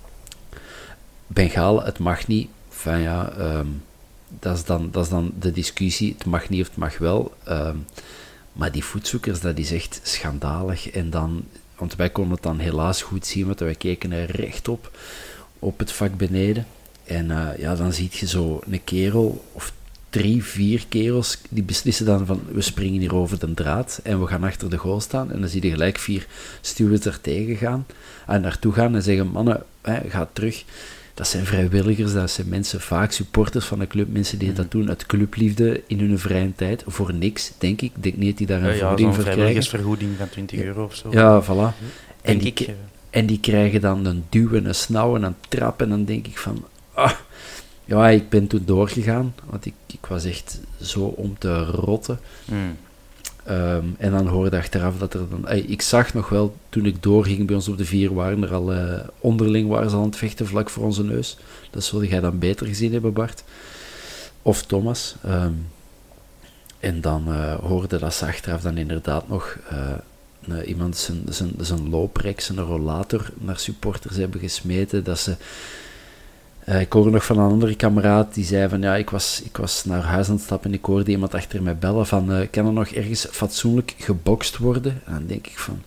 Bengalen, het mag niet. Van ja, um, dat, is dan, dat is dan de discussie. Het mag niet of het mag wel. Um, maar die voetzoekers, dat is echt schandalig. En dan, want wij konden het dan helaas goed zien, want wij keken er rechtop op het vak beneden. En uh, ja, dan zie je zo een kerel of drie, vier kerels, die beslissen dan van, we springen hier over de draad en we gaan achter de goal staan. En dan zie je gelijk vier stewards er tegen gaan en naartoe gaan en zeggen, mannen, hè, ga terug. Dat zijn vrijwilligers, dat zijn mensen, vaak supporters van de club, mensen die dat doen uit clubliefde in hun vrije tijd, voor niks, denk ik. Ik denk niet dat die daar een ja, vergoeding ja, voor krijgen. vrijwilligersvergoeding van twintig euro of zo. Ja, voilà. En die, ik, en die krijgen dan een duw en een snauw en een trap en dan denk ik van, ah, ja, ik ben toen doorgegaan, want ik, ik was echt zo om te rotten. Mm. Um, en dan hoorde achteraf dat er dan... Ey, ik zag nog wel, toen ik doorging bij ons op de vier, waren er al uh, onderling waren ze aan het vechten vlak voor onze neus. Dat zulde jij dan beter gezien hebben, Bart. Of Thomas. Um, en dan uh, hoorde dat ze achteraf dan inderdaad nog uh, uh, iemand zijn, zijn, zijn looprek, zijn rollator naar supporters hebben gesmeten, dat ze... Uh, ik hoorde nog van een andere kameraad die zei van ja, ik was, ik was naar huis aan het stappen en ik hoorde iemand achter mij bellen van uh, kan er nog ergens fatsoenlijk gebokst worden? En dan denk ik van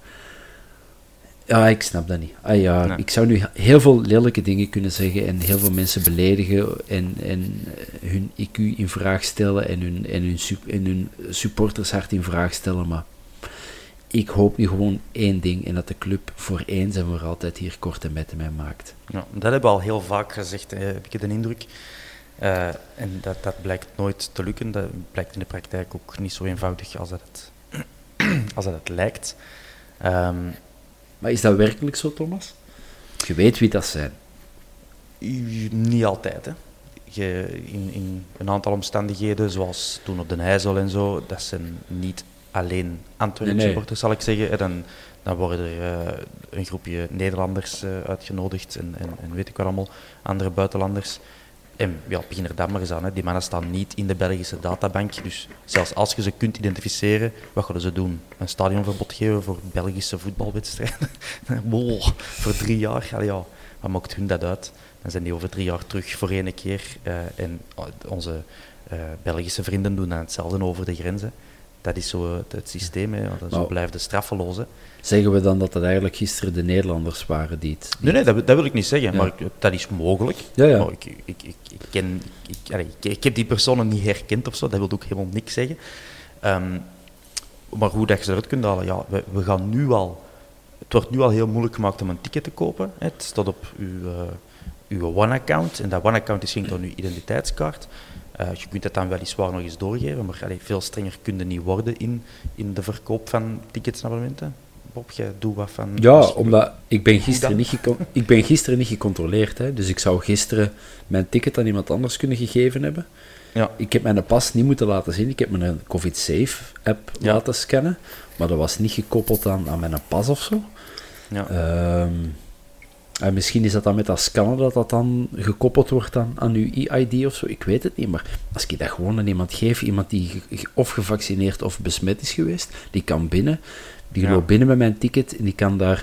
ja, ik snap dat niet. Ah, ja, nee. Ik zou nu heel veel lelijke dingen kunnen zeggen en heel veel mensen beledigen en, en hun I Q in vraag stellen en hun, en hun, en hun supportershart in vraag stellen, maar ik hoop nu gewoon één ding en dat de club voor eens en voor altijd hier korte metten mee maakt. Ja, dat hebben we al heel vaak gezegd, hè, heb ik de indruk. Uh, en dat, dat blijkt nooit te lukken. Dat blijkt in de praktijk ook niet zo eenvoudig als dat het, als dat het lijkt. Um, maar is dat werkelijk zo, Thomas? Je weet wie dat zijn. Niet altijd, hè. Je, in, in een aantal omstandigheden, zoals toen op Den Heijzel en zo, dat zijn niet alleen Antwerpen nee, nee. supporters, zal ik zeggen. Dan, dan worden er uh, een groepje Nederlanders uh, uitgenodigd en, en, en weet ik wat allemaal, andere buitenlanders. En ja, begin er dan maar eens aan. Hè. Die mannen staan niet in de Belgische databank. Dus zelfs als je ze kunt identificeren, wat gaan ze doen? Een stadionverbod geven voor Belgische voetbalwedstrijden? Wow, voor drie jaar? Allee, ja, wat maakt hun dat uit? Dan zijn die over drie jaar terug voor één keer. Uh, en onze uh, Belgische vrienden doen dan hetzelfde over de grenzen. Dat is zo het, het systeem, hè. Zo nou, blijft de straffeloos. Hè. Zeggen we dan dat het eigenlijk gisteren de Nederlanders waren die het... Die nee, nee, dat, dat wil ik niet zeggen, ja. Maar dat is mogelijk. Ja, ja. Maar ik, ik, ik, ik, ken, ik, allee, ik, ik heb die personen niet herkend of zo, dat wil ook helemaal niks zeggen. Um, maar hoe dat je ze eruit kunt halen, ja, we, we gaan nu al... Het wordt nu al heel moeilijk gemaakt om een ticket te kopen. Hè. Het staat op uw, uh, uw One-account, en dat One-account is gelinkt aan uw identiteitskaart. Uh, je kunt het dan weliswaar nog eens doorgeven, maar allee, veel strenger kun je niet worden in, in de verkoop van tickets en abonnementen. Bob, jij doet wat van... Ja, omdat ik ben gisteren, niet, gecon- ik ben gisteren niet gecontroleerd, hè, dus ik zou gisteren mijn ticket aan iemand anders kunnen gegeven hebben. Ja. Ik heb mijn pas niet moeten laten zien, ik heb mijn COVID-Safe-app ja. laten scannen, maar dat was niet gekoppeld aan, aan mijn pas of zo. Ja. Um, En misschien is dat dan met dat scannen dat dat dan gekoppeld wordt aan, aan uw E I D of zo. Ik weet het niet, maar als ik dat gewoon aan iemand geef, iemand die ge- of gevaccineerd of besmet is geweest, die kan binnen, die ja. loopt binnen met mijn ticket en die kan daar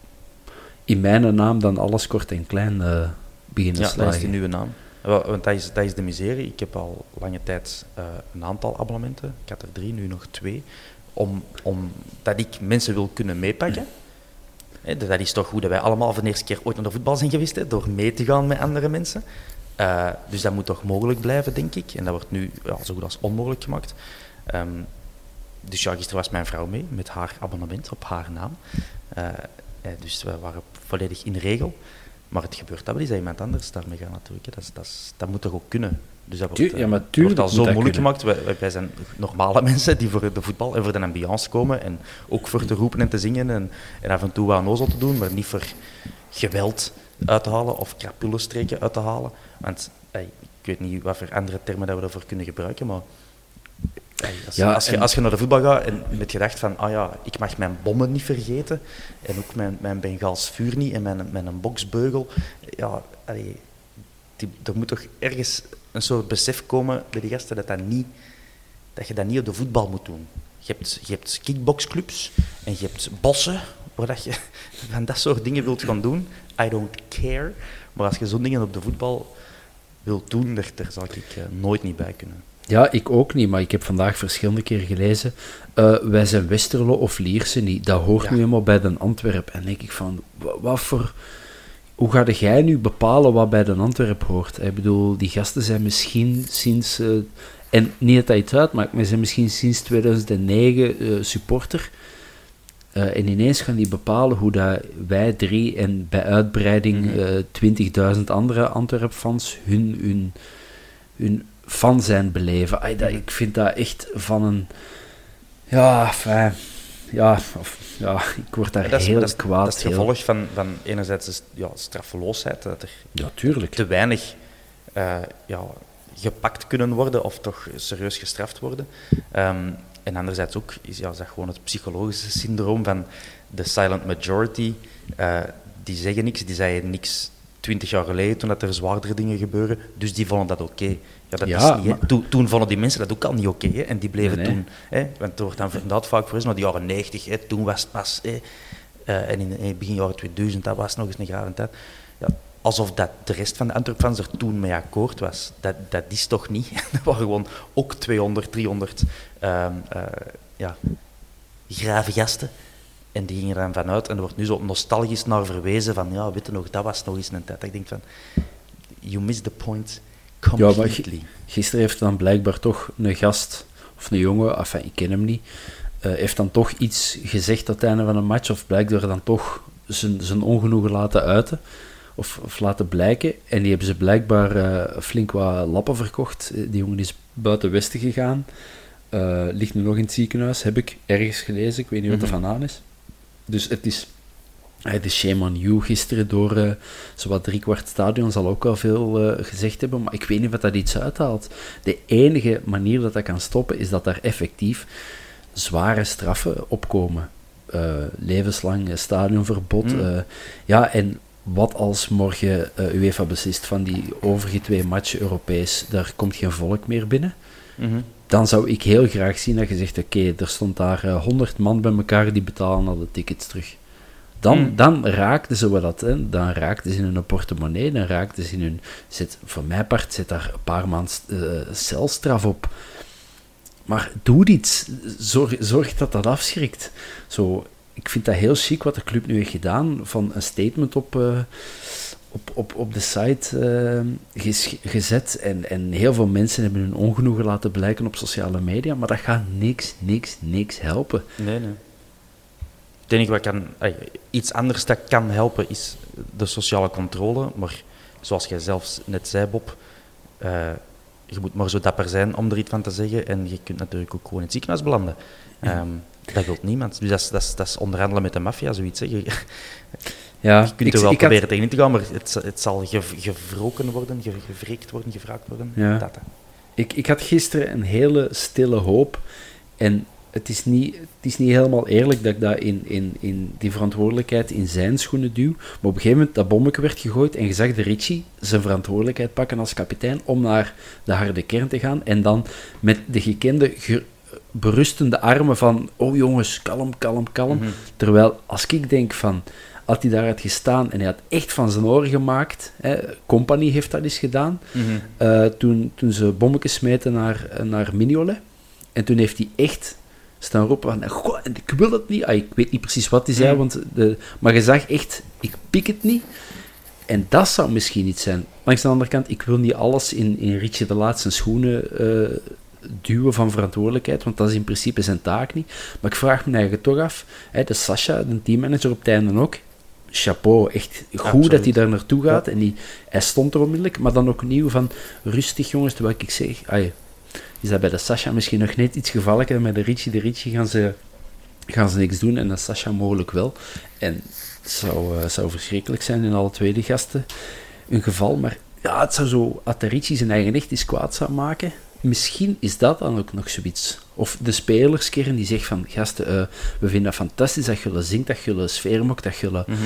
in mijn naam dan alles kort en klein uh, beginnen ja, slagen. Ja, dat is de nieuwe naam. Want dat is, dat is de miserie. Ik heb al lange tijd uh, een aantal abonnementen, ik had er drie, nu nog twee, om, om dat ik mensen wil kunnen meepakken. He, dat is toch goed dat wij allemaal voor de eerste keer ooit naar de voetbal zijn geweest, he, door mee te gaan met andere mensen. Uh, dus dat moet toch mogelijk blijven, denk ik. En dat wordt nu ja, zo goed als onmogelijk gemaakt. Um, dus ja, gisteren was mijn vrouw mee met haar abonnement op haar naam. Uh, eh, dus we waren volledig in regel. Maar het gebeurt dat wel eens dat iemand anders daarmee gaat natuurlijk. Dat, is, dat, is, dat moet toch ook kunnen. Dus dat wordt, Tuur, ja, maar uh, tuurlijk wordt al zo moet dat moeilijk kunnen. gemaakt. Wij, wij zijn normale mensen die voor de voetbal en voor de ambiance komen. En ook voor te roepen en te zingen. En, en af en toe wat onnozel te doen, maar niet voor geweld uit te halen of krapullenstreken uit te halen. Want hey, ik weet niet wat voor andere termen dat we daarvoor kunnen gebruiken, maar hey, als, Ja, als, je, en- als je naar de voetbal gaat en met gedacht van, ah ja, ik mag mijn bommen niet vergeten en ook mijn, mijn Bengaals vuur niet en mijn, mijn boksbeugel, ja, allee, die, er moet toch ergens een soort besef komen bij die gasten dat, dat, niet, dat je dat niet op de voetbal moet doen. Je hebt, je hebt kickboxclubs en je hebt bossen waar dat je van dat soort dingen wilt gaan doen. I don't care. Maar als je zo'n dingen op de voetbal wilt doen, daar, daar zal ik uh, nooit niet bij kunnen. Ja, ik ook niet, maar ik heb vandaag verschillende keren gelezen. Uh, wij zijn Westerlo of Lierse niet. Dat hoort Ja. nu helemaal bij Den Antwerp. En denk ik van, wa- wat voor... Hoe ga jij nu bepalen wat bij Den Antwerp hoort? Ik bedoel, die gasten zijn misschien sinds... Uh, en niet dat dat iets uitmaakt, maar ze zijn misschien sinds tweeduizend negen uh, supporter. Uh, en ineens gaan die bepalen hoe dat wij drie en bij uitbreiding uh, twintigduizend andere Antwerp-fans hun, hun, hun fan zijn beleven. Ay, dat, ik vind dat echt van een... Ja, fijn. Ja, of, ja, ik word daar Dat is, heel dat is, kwaad. dat is het heel- gevolg van, van enerzijds de ja, straffeloosheid, dat er Ja, tuurlijk. te weinig uh, ja, gepakt kunnen worden of toch serieus gestraft worden. Um, en anderzijds ook is, ja, is dat gewoon het psychologische syndroom van de silent majority. Uh, die zeggen niks, die zeiden niks twintig jaar geleden toen dat er zwaardere dingen gebeuren, dus die vonden dat oké. Okay. Ja, dat Ja, is niet, hè. maar- Toen, toen vonden die mensen dat ook al niet oké, okay, en die bleven Nee, nee. toen... Hè, want er wordt dan inderdaad vaak voor eens, maar de jaren negentig, hè, toen was het pas... Hè, uh, en in, in begin jaren tweeduizend, dat was nog eens een grave tijd. Ja, alsof dat de rest van de Antwerpfans er toen mee akkoord was. Dat, dat is toch niet. Er waren gewoon ook tweehonderd, driehonderd um, uh, ja, grave gasten. En die gingen er dan vanuit. En er wordt nu zo nostalgisch naar verwezen van, ja, weet je nog, dat was nog eens een tijd. Ik denk van, you missed the point Ja, maar completely. gi- gisteren heeft dan blijkbaar toch een gast, of een jongen, enfin, ik ken hem niet, uh, heeft dan toch iets gezegd aan het einde van een match, of blijkbaar dan toch zijn, zijn ongenoegen laten uiten, of, of laten blijken. En die hebben ze blijkbaar uh, flink wat lappen verkocht. Die jongen is buiten Westen gegaan, uh, ligt nu nog in het ziekenhuis, heb ik ergens gelezen, ik weet niet wat er Mhm. van aan is. Dus het is... De shame on you gisteren door uh, zowat driekwart stadion zal ook wel veel uh, gezegd hebben, maar ik weet niet wat dat iets uithaalt. De enige manier dat dat kan stoppen is dat daar effectief zware straffen opkomen. Uh, levenslang uh, stadionverbod. Mm. Uh, ja, en wat als morgen uh, UEFA beslist van die overige twee matchen Europees, daar komt geen volk meer binnen? Mm-hmm. Dan zou ik heel graag zien dat je zegt, oké, okay, er stond daar uh, honderd man bij elkaar die betalen al de tickets terug. Dan, Mm. dan raakten ze wat dat, hè. Dan raakten ze in hun portemonnee, dan raakten ze in hun... Zit, voor mijn part zit daar een paar maanden uh, celstraf op. Maar doe iets. Zorg, zorg dat dat afschrikt. Zo, ik vind dat heel chic wat de club nu heeft gedaan, van een statement op, uh, op, op, op de site uh, ges, gezet. En, en heel veel mensen hebben hun ongenoegen laten blijken op sociale media, maar dat gaat niks, niks, niks helpen. Nee, nee. Het enige wat kan, ay, iets anders dat kan helpen is de sociale controle. Maar zoals jij zelf net zei, Bob, uh, je moet maar zo dapper zijn om er iets van te zeggen. En je kunt natuurlijk ook gewoon in het ziekenhuis belanden. Ja. Um, dat wil niemand. Dus dat is, dat is, dat is onderhandelen met de maffia, zoiets. Hè. Je, Ja, je kunt ik, er wel ik proberen had, tegen in te gaan, maar het, het zal gev, gevroken worden, ge, gevreekt worden, gevraagd worden. Ja. Dat, hè. ik, ik had gisteren een hele stille hoop. En het is niet, het is niet helemaal eerlijk dat ik dat in, in, in die verantwoordelijkheid in zijn schoenen duw. Maar op een gegeven moment, dat bommetje werd gegooid en je zag de Richie zijn verantwoordelijkheid pakken als kapitein om naar de harde kern te gaan. En dan met de gekende ge, berustende armen van, oh jongens, kalm, kalm, kalm. Mm-hmm. Terwijl, als ik denk van, had hij daar had gestaan en hij had echt van zijn oren gemaakt, hè, Company heeft dat eens gedaan, Mm-hmm. uh, toen, toen ze bommetjes smeten naar, naar Mignolet. En toen heeft hij echt staan roepen van, goh, ik wil het niet. Ah, ik weet niet precies wat hij zei, Mm. want de, maar je zag echt, ik pik het niet. En dat zou misschien iets zijn. Langs de andere kant, ik wil niet alles in, in Richie de Laat zijn schoenen uh, duwen van verantwoordelijkheid, want dat is in principe zijn taak niet. Maar ik vraag me eigenlijk toch af, hè, de Sascha, de teammanager op het einde ook, chapeau, echt goed Absoluut. dat hij daar naartoe gaat. Ja. En die, hij stond er onmiddellijk, maar dan ook nieuw van, rustig jongens, terwijl ik zeg, ai, is dat bij de Sasha misschien nog net iets gevalliger, met de Richie, de Richie gaan ze, gaan ze niks doen, en de Sasha mogelijk wel. En het zou, uh, zou verschrikkelijk zijn in alle twee de gasten, een geval, maar ja, het zou zo, als de Richie zijn eigen echt eens kwaad zou maken, misschien is dat dan ook nog zoiets. Of de spelerskern die zegt van, gasten, uh, we vinden dat fantastisch dat jullie zingt, dat jullie sfeer maakt, dat jullie Mm-hmm.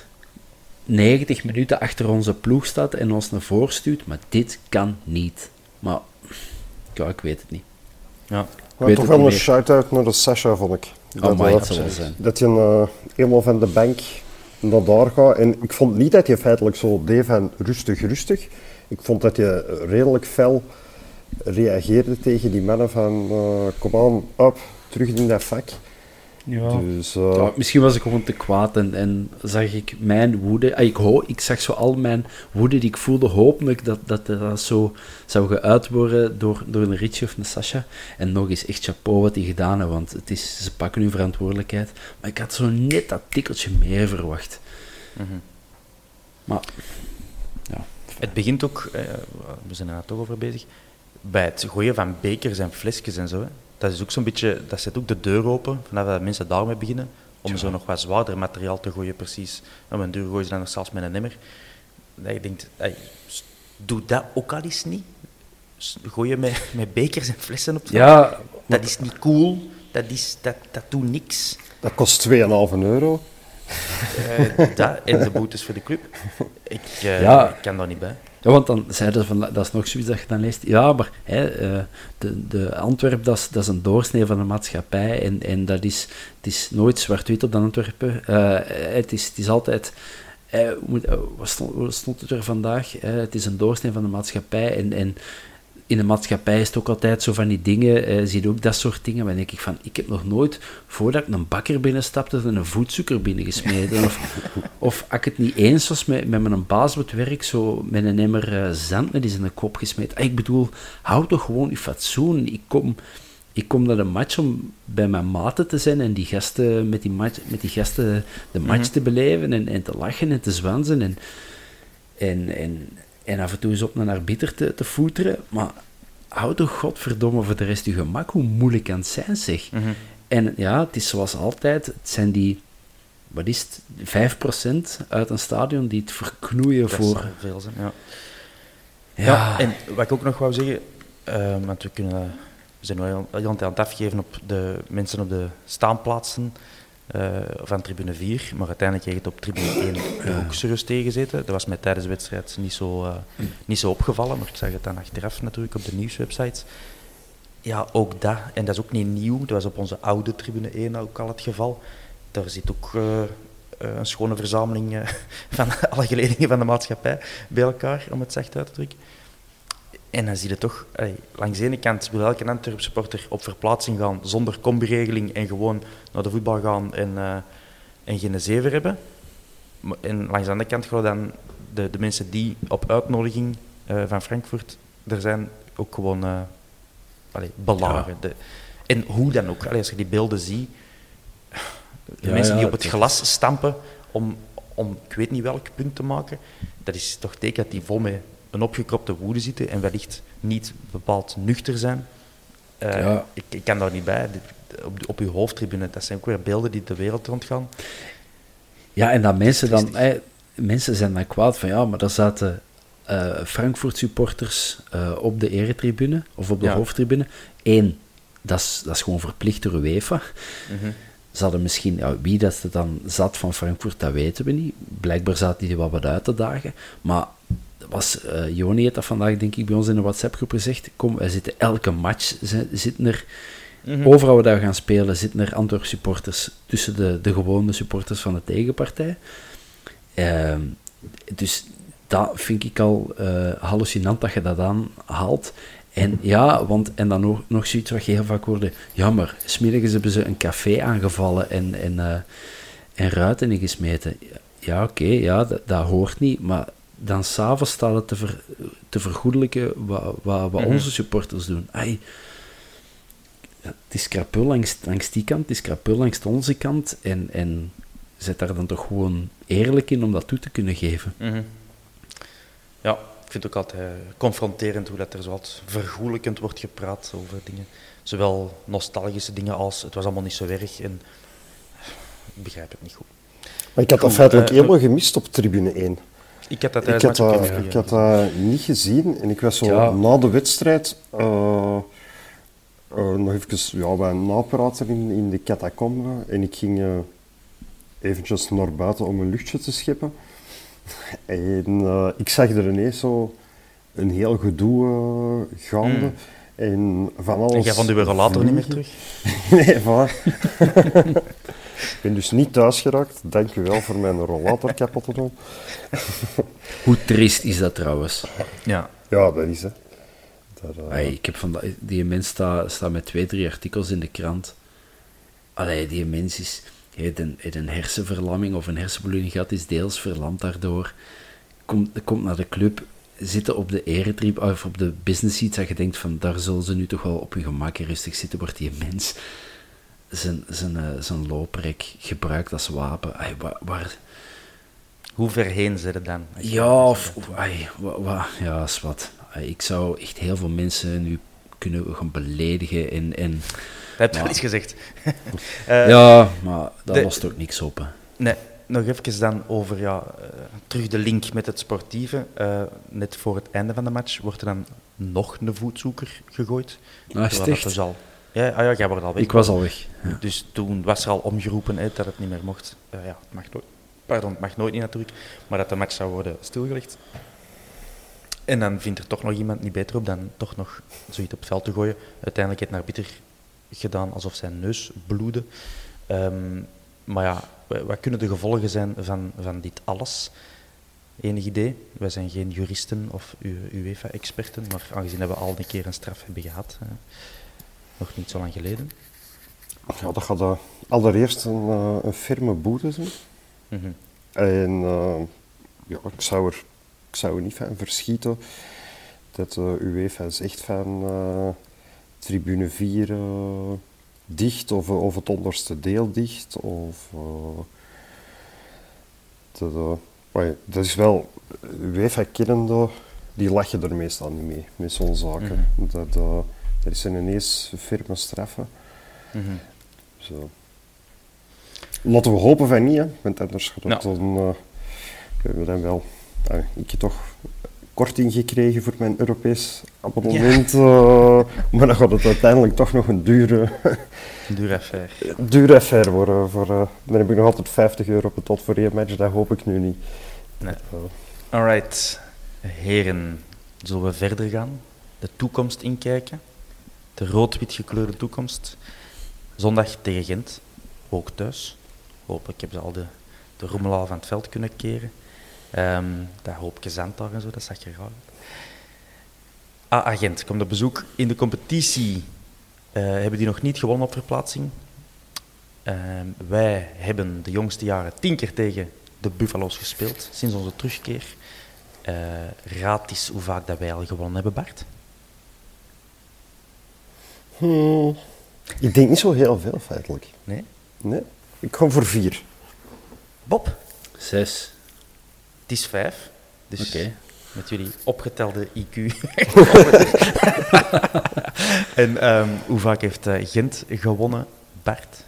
negentig minuten achter onze ploeg staat en ons naar voren stuurt, maar dit kan niet. Maar, ja, ik weet het niet. Ja. Maar weet toch het wel niet een meer. shout-out naar de Sasha, vond ik. Oh my, uh, het zal wel zijn. dat je uh, helemaal van de bank naar daar gaat. En ik vond niet dat je feitelijk zo deed van rustig, rustig. Ik vond dat je redelijk fel reageerde tegen die mannen van uh, kom aan, op, terug in dat vak. Ja. Dus, uh, Ja, misschien was ik gewoon te kwaad en, en zag ik mijn woede. Ah, ik, ho- ik zag zo al mijn woede die ik voelde, hopelijk dat dat, dat zo zou geuit worden door, door een Richie of een Sasha. En nog eens echt chapeau wat die gedaan hebben, want het is, ze pakken hun verantwoordelijkheid. Maar ik had zo net dat tikkeltje meer verwacht. Mm-hmm. Maar, ja. Het begint ook, eh, we zijn er nou toch over bezig, bij het gooien van bekers en flesjes en zo. Hè. Dat is ook zo'n beetje, dat zet ook de deur open, vanaf dat mensen daarmee beginnen, om Ja. zo nog wat zwaarder materiaal te gooien, precies. En op een duur gooien ze dan nog zelfs met een emmer. Dat je denkt, hey, s- doe dat ook al eens niet. S- Gooien met, met bekers en flessen op het veld. Ja, Dat is niet cool, dat, is, dat, dat doet niks. dat kost twee komma vijf euro. Eh, dat en de boetes voor de club. Ik, eh, Ja. ik kan daar niet bij. Ja, want dan zeiden ze van, dat is nog zoiets dat je dan leest. Ja, maar hè, eh, de, de Antwerp, dat is, dat is een doorsnee van de maatschappij. En, en dat is, het is nooit zwart-wit op de Antwerpen. Eh, het, is, het is altijd... eh, moet, eh, wat, stond, wat stond het er vandaag? Eh, het is een doorsnee van de maatschappij. En, en in de maatschappij is het ook altijd zo van die dingen. Eh, zie je ook dat soort dingen. Maar dan denk ik van, ik heb nog nooit, voordat ik een bakker binnenstapte, een voetzoeker binnengesmeten. Of, of als ik het niet eens was met, met mijn baas op het werk, zo met een emmer uh, zand met in zijn kop gesmeten. Ah, ik bedoel, hou toch gewoon je fatsoen. Ik kom, ik kom naar de match om bij mijn maten te zijn en die gasten, met, die match, met die gasten de match Mhm. te beleven en, en te lachen en te zwansen. En, en, en, en af en toe eens op een arbiter te, te voeteren. Maar hou toch godverdomme voor de rest je gemak. Hoe moeilijk kan het zijn, zeg. Mhm. En ja, het is zoals altijd. Het zijn die, wat is het, vijf procent uit een stadion die het verknoeien Dat voor... zal veel zijn, ja. Ja, Ja, en wat ik ook nog wou zeggen, uh, want we, kunnen, we zijn nu heel heel aan het afgeven op de mensen op de staanplaatsen uh, van tribune vier, maar uiteindelijk kreeg het op tribune één ja. ook serieus tegengezeten. Dat was mij tijdens de wedstrijd niet zo, uh, niet zo opgevallen, maar ik zag het dan achteraf natuurlijk op de nieuwswebsites. Ja, ook dat, en dat is ook niet nieuw, dat was op onze oude tribune één ook al het geval. Daar zit ook uh, uh, een schone verzameling uh, van alle geledingen van de maatschappij bij elkaar, om het zacht uit te drukken. En dan zie je toch, allee, langs de ene kant wil elke Antwerp supporter op verplaatsing gaan zonder combi-regeling en gewoon naar de voetbal gaan en, uh, en geen zever hebben. En langs de andere kant gaan dan de, de mensen die op uitnodiging uh, van Frankfurt er zijn ook gewoon uh, allee, belagen. Ja. De, en hoe dan ook, allee, als je die beelden ziet, de ja, mensen ja, die op het glas stampen om, om ik weet niet welk punt te maken, dat is toch teken dat die vol met een opgekropte woede zitten en wellicht niet bepaald nuchter zijn. Uh, ja. ik, ik kan daar niet bij. Op, op uw hoofdtribune, dat zijn ook weer beelden die de wereld rondgaan. Ja, en dat mensen dan... Eh, mensen zijn dan kwaad van, ja, maar daar zaten uh, Frankfurt-supporters uh, op de eretribune, of op de ja. hoofdtribune. Eén, dat is, dat is gewoon verplicht door UEFA. Mm-hmm. Ze hadden misschien... Ja, wie dat er dan zat van Frankfurt, dat weten we niet. Blijkbaar zaten die er wel wat uit te dagen. Maar... was uh, Joni heeft dat vandaag, denk ik, bij ons in de WhatsApp-groep gezegd. Kom, wij zitten elke match, zitten er, mm-hmm. overal waar we gaan spelen, zitten er Antwerp-supporters tussen de, de gewone supporters van de tegenpartij. Uh, dus dat vind ik al uh, hallucinant dat je dat aanhaalt. En ja, want, en dan nog, nog zoiets wat je heel vaak hoorde, ja, maar 's middags hebben ze een café aangevallen en, en, uh, en ruiten ingesmeten. Ja, oké, okay, ja, dat, dat hoort niet, maar dan s'avonds staat het te, ver, te vergoedelijken wat, wat, wat mm-hmm. onze supporters doen. Ai, het is krapul langs, langs die kant, het is krapul langs onze kant. En, en zet daar dan toch gewoon eerlijk in om dat toe te kunnen geven. Mm-hmm. Ja, ik vind het ook altijd confronterend hoe dat er zo wat vergoelijkend wordt gepraat over dingen. Zowel nostalgische dingen als het was allemaal niet zo erg en ik begrijp het niet goed. Maar ik had dat Goed, feitelijk uh, helemaal gemist op tribune één. Ik had dat Ik tijdens had, de dat, match ook ik had dat niet gezien en ik was zo Ja. na de wedstrijd uh, uh, nog even ja, bij een naprater in, in de catacombe en ik ging uh, eventjes naar buiten om een luchtje te scheppen. En uh, ik zag er ineens zo een heel gedoe uh, gaande. Mm. En van alles. En jij vond uw rollator niet meer terug? Nee, voilà. Ik ben dus niet thuis geraakt. Dank u wel voor mijn rollator kapot te doen. Hoe triest is dat trouwens? Ja. Ja, dat is het. Dat, uh... Ay, ik heb van dat, die mens staat sta met twee, drie artikels in de krant. Allee, die mens is, heeft, een, heeft een hersenverlamming of een hersenbloeding gehad, is deels verlamd daardoor. Komt, komt naar de club, zitten op de eretrip of op de business seats en je denkt van, daar zullen ze nu toch wel op hun gemak en rustig zitten, wordt die mens zijn, zijn, uh, zijn looprek gebruikt als wapen. Ay, waar, waar... Hoe ver heen zit het dan? Ja, of... Ay, wa, wa, ja, is wat. Ay, ik zou echt heel veel mensen nu kunnen gaan beledigen en... en Dat heb je maar, al eens gezegd. uh, ja, maar dat de, lost ook niks op. Hè. Nee, nog even dan over ja, uh, terug de link met het sportieve. Uh, net voor het einde van de match wordt er dan nog een voetzoeker gegooid. Ah, is het echt? Dus al, ja, ah, ja, jij wordt al weg. Ik was al weg. Ja. Dus toen was er al omgeroepen hè, dat het niet meer mocht. Uh, ja, het mag nooit. Pardon, het mag nooit niet natuurlijk, maar dat de match zou worden stilgelegd. En dan vindt er toch nog iemand niet beter op dan toch nog zoiets op het veld te gooien. Uiteindelijk heeft het naar Bitter gedaan alsof zijn neus bloedde. Um, maar ja, wat kunnen de gevolgen zijn van, van dit alles? Enig idee? Wij zijn geen juristen of UEFA-experten, maar aangezien dat we al een keer een straf hebben gehad, uh, nog niet zo lang geleden. Ja, dat gaat uh, allereerst een, uh, een ferme boete zijn. Mm-hmm. En uh, ja, ik zou, er, ik zou er niet van verschieten dat uh, UEFA zegt van uh, tribune vier uh, dicht of, of het onderste deel dicht. Of, uh, dat, uh, maar ja, dat is wel, UEFA kennende, die lachen er meestal niet mee, met zo'n zaken. Mm-hmm. Dat, uh, dat is ineens ferme straffen. Mm-hmm. Zo. Laten we hopen van niet, hè, want anders gaat het no. dan... Uh, we hebben dan wel... Uh, ik heb toch korting gekregen voor mijn Europees abonnement, ja. uh, maar dan gaat het uiteindelijk toch nog een dure... dure affaire. dure affaire worden. Voor, uh, dan heb ik nog altijd vijftig euro betaald voor één match, dat hoop ik nu niet. Nee. Uh. Alright, heren, zullen we verder gaan? De toekomst inkijken? De rood-wit gekleurde toekomst. Zondag tegen Gent, ook thuis. Hopelijk hebben ze al de, de rommel al van het veld kunnen keren. Um, dat hoopje zand daar en zo, dat zag je raar. Ah, Agent komt op bezoek in de competitie. Uh, hebben die nog niet gewonnen op verplaatsing. Uh, wij hebben de jongste jaren tien keer tegen de Buffalo's gespeeld, sinds onze terugkeer. Uh, raad eens hoe vaak dat wij al gewonnen hebben, Bart. Hmm. Ik denk niet zo heel veel, feitelijk. Nee? Nee. Ik ga voor vier. Bob? Zes. Het is vijf. Dus okay. Met jullie opgetelde I Q. En um, hoe vaak heeft uh, Gent gewonnen, Bart?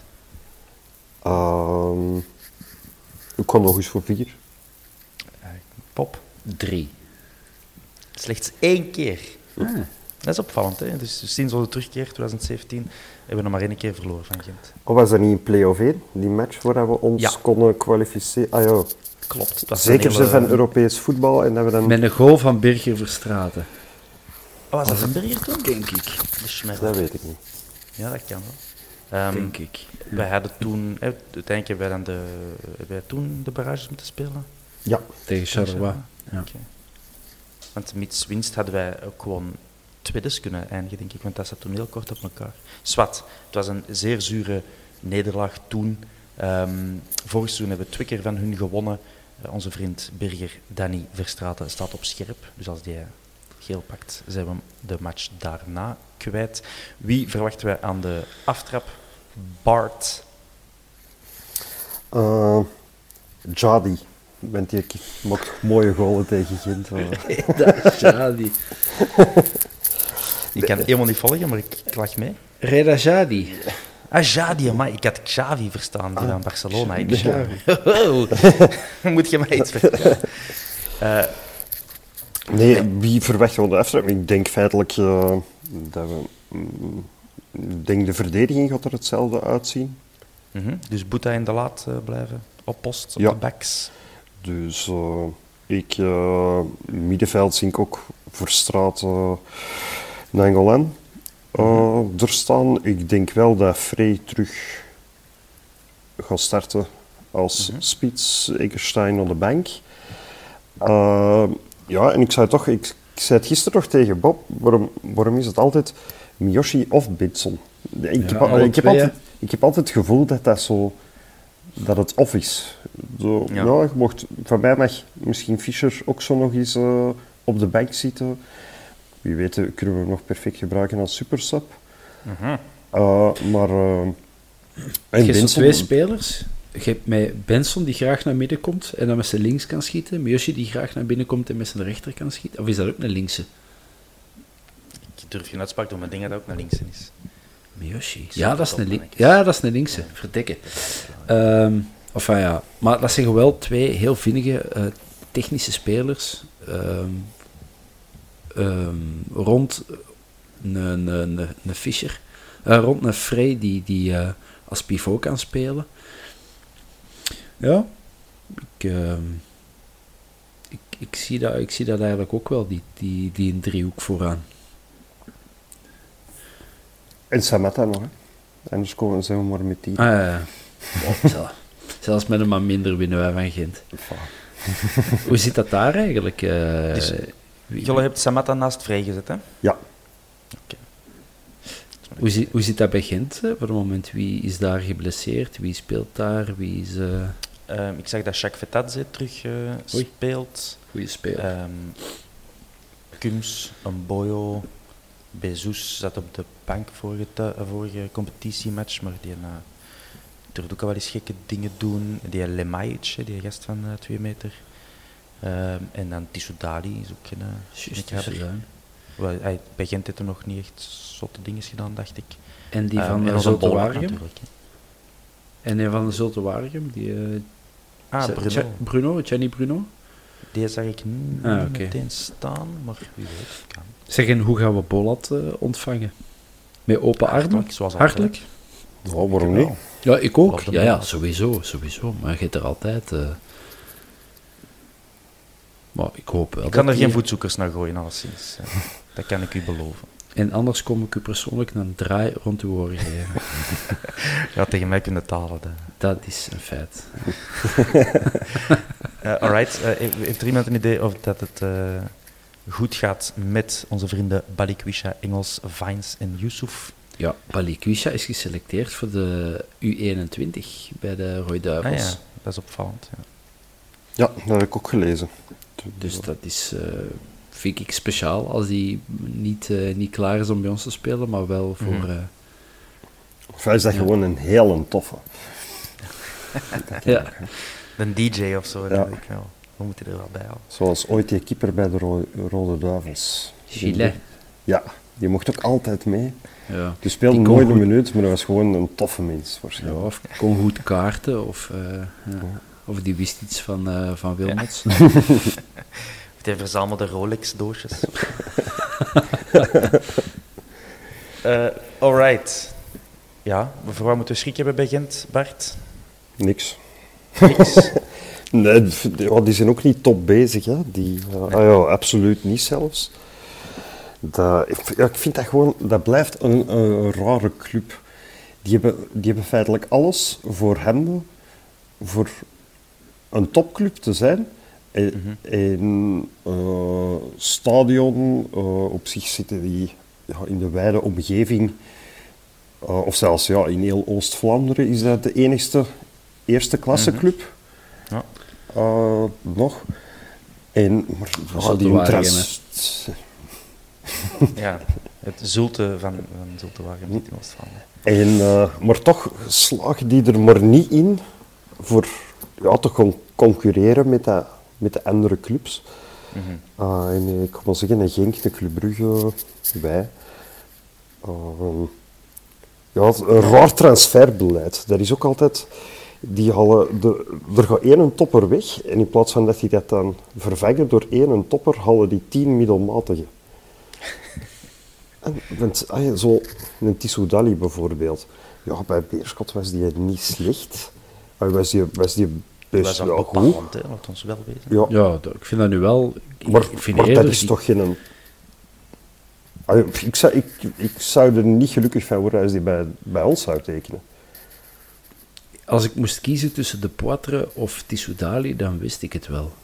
Um, ik ga nog eens voor vier. Uh, Bob? Drie. Slechts één keer. Ah. Dat is opvallend, hè? Dus sinds onze terugkeer, twintig zeventien, hebben we nog maar één keer verloren van Gent. Oh, was dat niet een play-off één, die match waar we ons ja. konden kwalificeren? Ah ja. Klopt. Dat zeker hele... van Europees voetbal. En dat we dan... Met een goal van Birger Verstraeten. Oh, was dat een Birger toen? Denk ik. Dat, dat weet ik niet. Ja, dat kan wel. Um, Denk ik. Ja. Wij hadden toen, eh, uiteindelijk hebben wij, dan de, hebben wij toen de barrages moeten spelen? Ja. Tegen Charleroi. Ja. Okay. Want mits winst hadden wij ook gewoon tweedes kunnen eindigen, denk ik, want dat zat toen heel kort op elkaar. Zwat, het was een zeer zure nederlaag toen. Um, vorig seizoen hebben we twee keer van hun gewonnen. Uh, onze vriend Birger Danny Verstraeten staat op scherp. Dus als die geel pakt, zijn we de match daarna kwijt. Wie verwachten wij aan de aftrap? Bart? Uh, Jadi. Want die maakt mooie goalen tegen Gent. Dat Jadi. Ik kan het helemaal niet volgen, maar ik, ik lach mee. Reda Jadi. Ah, Jadi, maar ik had Xavi verstaan, die ah, van Barcelona. Ik Xavi. Moet je mij iets vertellen? Uh, nee, wie verwacht wel de aftrap? Ik denk feitelijk uh, dat we... Mm, ik denk de verdediging gaat er hetzelfde uitzien. Mm-hmm. Dus Boeta in de laat uh, blijven op post, op ja. de backs. Dus uh, ik... Uh, middenveld zie ik ook Verstraat uh, Nainggolan uh, mm-hmm. er staan. Ik denk wel dat Frey terug gaat starten als mm-hmm. spits. Egerstein op de bank. Uh, ja, en ik zei toch... Ik, ik zei het gisteren nog tegen Bob. Waarom, waarom is het altijd Miyoshi of Bidson? Ik, ja, heb, ik, heb altijd, ik heb altijd het gevoel dat dat zo... Dat het off is. Zo, ja. Ja, je mocht, van mij mag misschien Fischer ook zo nog eens uh, op de bank zitten. Wie weet kunnen we hem nog perfect gebruiken als supersub. Uh-huh. Uh, maar... Uh, je hebt twee spelers. Je hebt met Benson die graag naar midden komt en dan met zijn links kan schieten. Miyoshi die graag naar binnen komt en met zijn rechter kan schieten. Of is dat ook een linkse? Ik durf geen uitspraak doen, maar ik denk dat dat ook een linkse is. Miyoshi. Ja, dat is een, li- ja, dat is een linkse. Verdikken. Um, of enfin, ja. Maar dat zijn wel twee heel vinnige uh, technische spelers. Um, um, rond een, een, een, een Fischer. Uh, rond een Frey die, die uh, als pivot kan spelen. Ja. Ik, uh, ik, ik, zie dat, ik zie dat eigenlijk ook wel, die, die, die een driehoek vooraan. En Samatta nog, hè. Anders komen we maar met die. Ah, ja, ja. Oh, zelfs met een man minder winnen wij van Gent. Hoe zit dat daar eigenlijk? Uh, dus, jullie hebt Samatta naast Frey gezet, hè? Ja. Okay. Hoe, zi- hoe zit dat bij Gent uh, voor het moment? Wie is daar geblesseerd? Wie speelt daar? Wie is... Uh... Um, ik zag dat Jacques Vetadze terug uh, speelt. Goeie speler. Um, Kums, Mboyo, Bezous zat op de bank vorige, uh, vorige competitiematch, maar die uh, durft ook al wel eens gekke dingen doen. Die Lemajic, die gast van uh, twee meter. Um, en dan Tissoudali is ook geen uh, krabber. Well, hij, bij Gent heeft er nog niet echt zotte dingen gedaan, dacht ik. En die van um, Zulte Waregem? En die van de Zulte Waregem? Die, uh, ah, Z- Bruno. Ch- Bruno, Gianni Bruno? Die zag ik niet ah, okay. meteen staan, maar wie weet, kan. Zeg, en hoe gaan we Bolat uh, ontvangen? Met open armen? Hartelijk, zoals Hartelijk? Ja, waarom niet? Ja, ik ook. Ja, ja, sowieso, sowieso. Maar je hebt er altijd... Uh... Maar ik hoop wel. Ik kan er die... geen voetzoekers naar gooien, alleszins. Dat kan ik u beloven. En anders kom ik u persoonlijk een draai rond uw oren geven. Ja, tegen mij kunnen talen. Dat, dat is een feit. uh, alright. Uh, heeft er iemand een idee of dat het uh, goed gaat met onze vrienden Balikwisha, Engels, Vines en Yusuf? Ja, Balikwisha is geselecteerd voor de U eenentwintig bij de Rode Duivels. Ah, ja, dat is opvallend. Ja. Ja, dat heb ik ook gelezen. Dus dat is, uh, vind ik speciaal als hij niet, uh, niet klaar is om bij ons te spelen, maar wel voor... Uh, of hij is dat ja. gewoon een hele toffe. Ja. Een D J of zo, ja. Denk ik wel. We moeten er wel bij houden. Zoals ooit die keeper bij de Ro- Rode Duivels. Gilet. Ja, die mocht ook altijd mee. Ja. Die speelde die nooit een minuut, maar hij was gewoon een toffe mens. Waarschijnlijk. Ja, of kon goed kaarten, of... Uh, ja. Ja. Of die wist iets van, uh, van Wilmots. Ja. Die verzamelde Rolex-doosjes. uh, alright. Ja, voor wat moeten we schrik hebben bij Gent, Bart? Niks. Niks? Nee, die zijn ook niet top bezig. Hè. Die, uh, nee. ah ja, absoluut niet zelfs. Dat, ja, ik vind dat gewoon... Dat blijft een, een rare club. Die hebben, die hebben feitelijk alles voor hem, voor een topclub te zijn. En, mm-hmm. en uh, stadion, uh, op zich zitten die ja, in de wijde omgeving, uh, of zelfs ja, in heel Oost-Vlaanderen is dat de enigste eerste klasse club. Mm-hmm. Ja. Uh, nog. En, maar ja, die interesse... Ja, het Zulte van, van Zulte Waregem zit in Oost-Vlaanderen. En, uh, maar toch slagen die er maar niet in voor ja, te con- concurreren met, dat, met de andere clubs. Mm-hmm. Uh, en, ik kan wel zeggen, een Genk, een Club Brugge, wij. Uh, ja, een raar transferbeleid. Dat is ook altijd... Die halen de, er gaat één topper weg en in plaats van dat die dat dan vervangen door één topper, halen die tien middelmatigen. En, want, ah ja, zo een Tissou Dali bijvoorbeeld. Ja, bij Beerschot was die niet slecht. Maar was die, was die best wel goed. Bepalend, hè, laat ons wel weten. Ja, ja, ik vind dat nu wel... Ik, maar ik vind maar dat is die... toch geen... Ah, ik, zou, ik, ik zou er niet gelukkig van worden als die bij, bij ons zou tekenen. Als ik moest kiezen tussen De Poitre of Tissou Dali, dan wist ik het wel.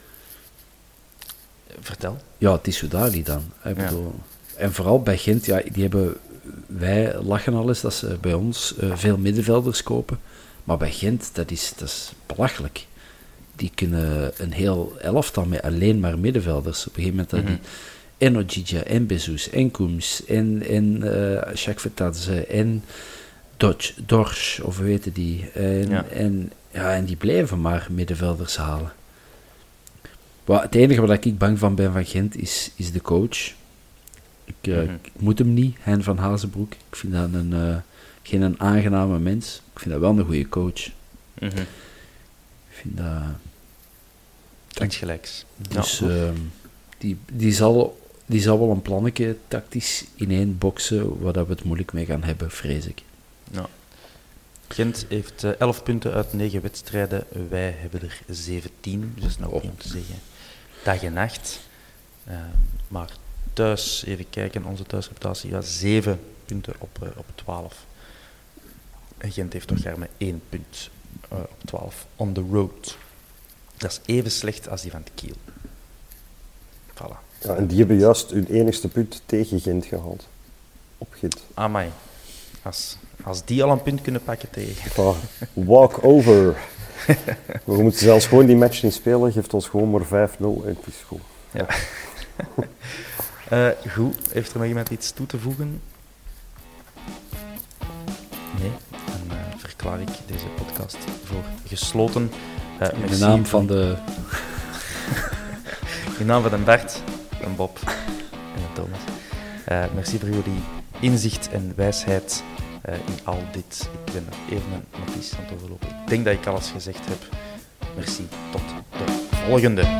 Vertel. Ja, Tissou Dali dan. Ik bedoel, ja. En vooral bij Gent, ja, die hebben... Wij lachen al eens dat ze bij ons uh, veel middenvelders kopen. Maar bij Gent, dat is, dat is belachelijk. Die kunnen een heel elftal met alleen maar middenvelders. Op een gegeven moment mm-hmm. dat die... En Ojija, en Bezous, en Koems, en, en uh, Jacques Vertadze, en... Dodge, Dorsch, of hoe heet die. En, ja. En, ja, en die blijven maar middenvelders halen. Maar het enige waar ik bang van ben van Gent is, is de coach. Ik, uh, mm-hmm. ik moet hem niet, Hein van Hazenbroek. Ik vind dat een, uh, geen een aangename mens. Ik vind dat wel een goede coach. Mm-hmm. Ik vind dat... Iets gelijks. Dus ja. uh, die, die, zal, die zal wel een plannetje tactisch ineenboksen waar dat we het moeilijk mee gaan hebben, vrees ik. Ja. Gent heeft uh, elf punten uit negen wedstrijden. Wij hebben er zeventien. Dus dat is nog oh. om te zeggen dag en nacht. Uh, maar thuis, even kijken, onze thuisreputatie was zeven punten op, uh, op twaalf. En Gent heeft toch maar één punt uh, op twaalf on the road. Dat is even slecht als die van de Kiel. Voilà. Ja, en die hebben juist hun enigste punt tegen Gent gehaald. Op Gent. Amai. Als, als die al een punt kunnen pakken tegen. Ah, walk over. We moeten zelfs gewoon die match niet spelen. Geeft ons gewoon maar vijf nul en het is goed. Ja. uh, goed. Heeft er nog iemand iets toe te voegen? Nee. Dan uh, verklaar ik deze podcast voor gesloten. Uh, In de naam van de... In de naam van de Bart, en Bob en de Thomas. Uh, merci voor jullie inzicht en wijsheid uh, in al dit. Ik ben nog even mijn notities aan het overlopen. Ik denk dat ik alles gezegd heb. Merci. Tot de volgende.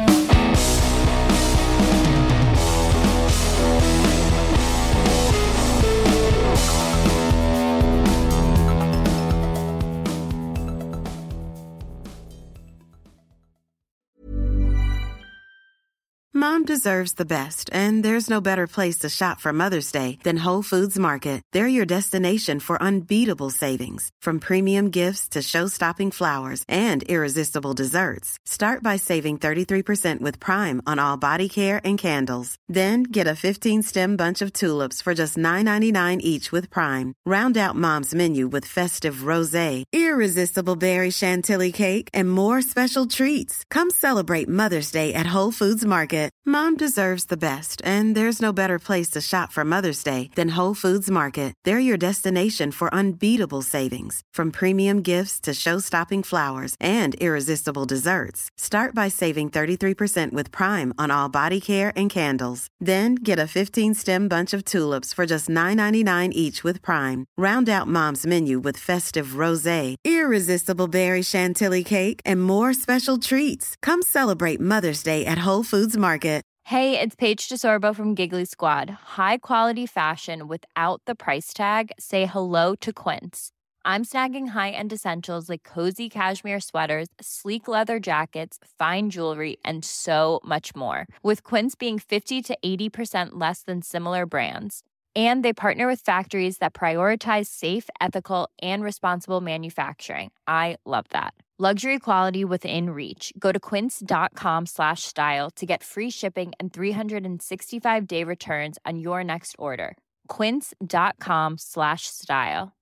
Mom deserves the best, and there's no better place to shop for Mother's Day than Whole Foods Market. They're your destination for unbeatable savings, from premium gifts to show-stopping flowers and irresistible desserts. Start by saving thirty-three percent with Prime on all body care and candles. Then get a fifteen-stem bunch of tulips for just nine ninety-nine each with Prime. Round out Mom's menu with festive rosé, irresistible berry chantilly cake, and more special treats. Come celebrate Mother's Day at Whole Foods Market. Mom deserves the best, and there's no better place to shop for Mother's Day than Whole Foods Market. They're your destination for unbeatable savings, from premium gifts to show-stopping flowers and irresistible desserts. Start by saving thirty-three percent with Prime on all body care and candles. Then get a fifteen-stem bunch of tulips for just nine ninety-nine each with Prime. Round out Mom's menu with festive rosé, irresistible berry chantilly cake, and more special treats. Come celebrate Mother's Day at Whole Foods Market. Hey, it's Paige DeSorbo from Giggly Squad. High quality fashion without the price tag. Say hello to Quince. I'm snagging high-end essentials like cozy cashmere sweaters, sleek leather jackets, fine jewelry, and so much more. With Quince being fifty to eighty percent less than similar brands. And they partner with factories that prioritize safe, ethical, and responsible manufacturing. I love that. Luxury quality within reach. Go to quince.com slash style to get free shipping and three sixty-five day returns on your next order. Quince.com slash style.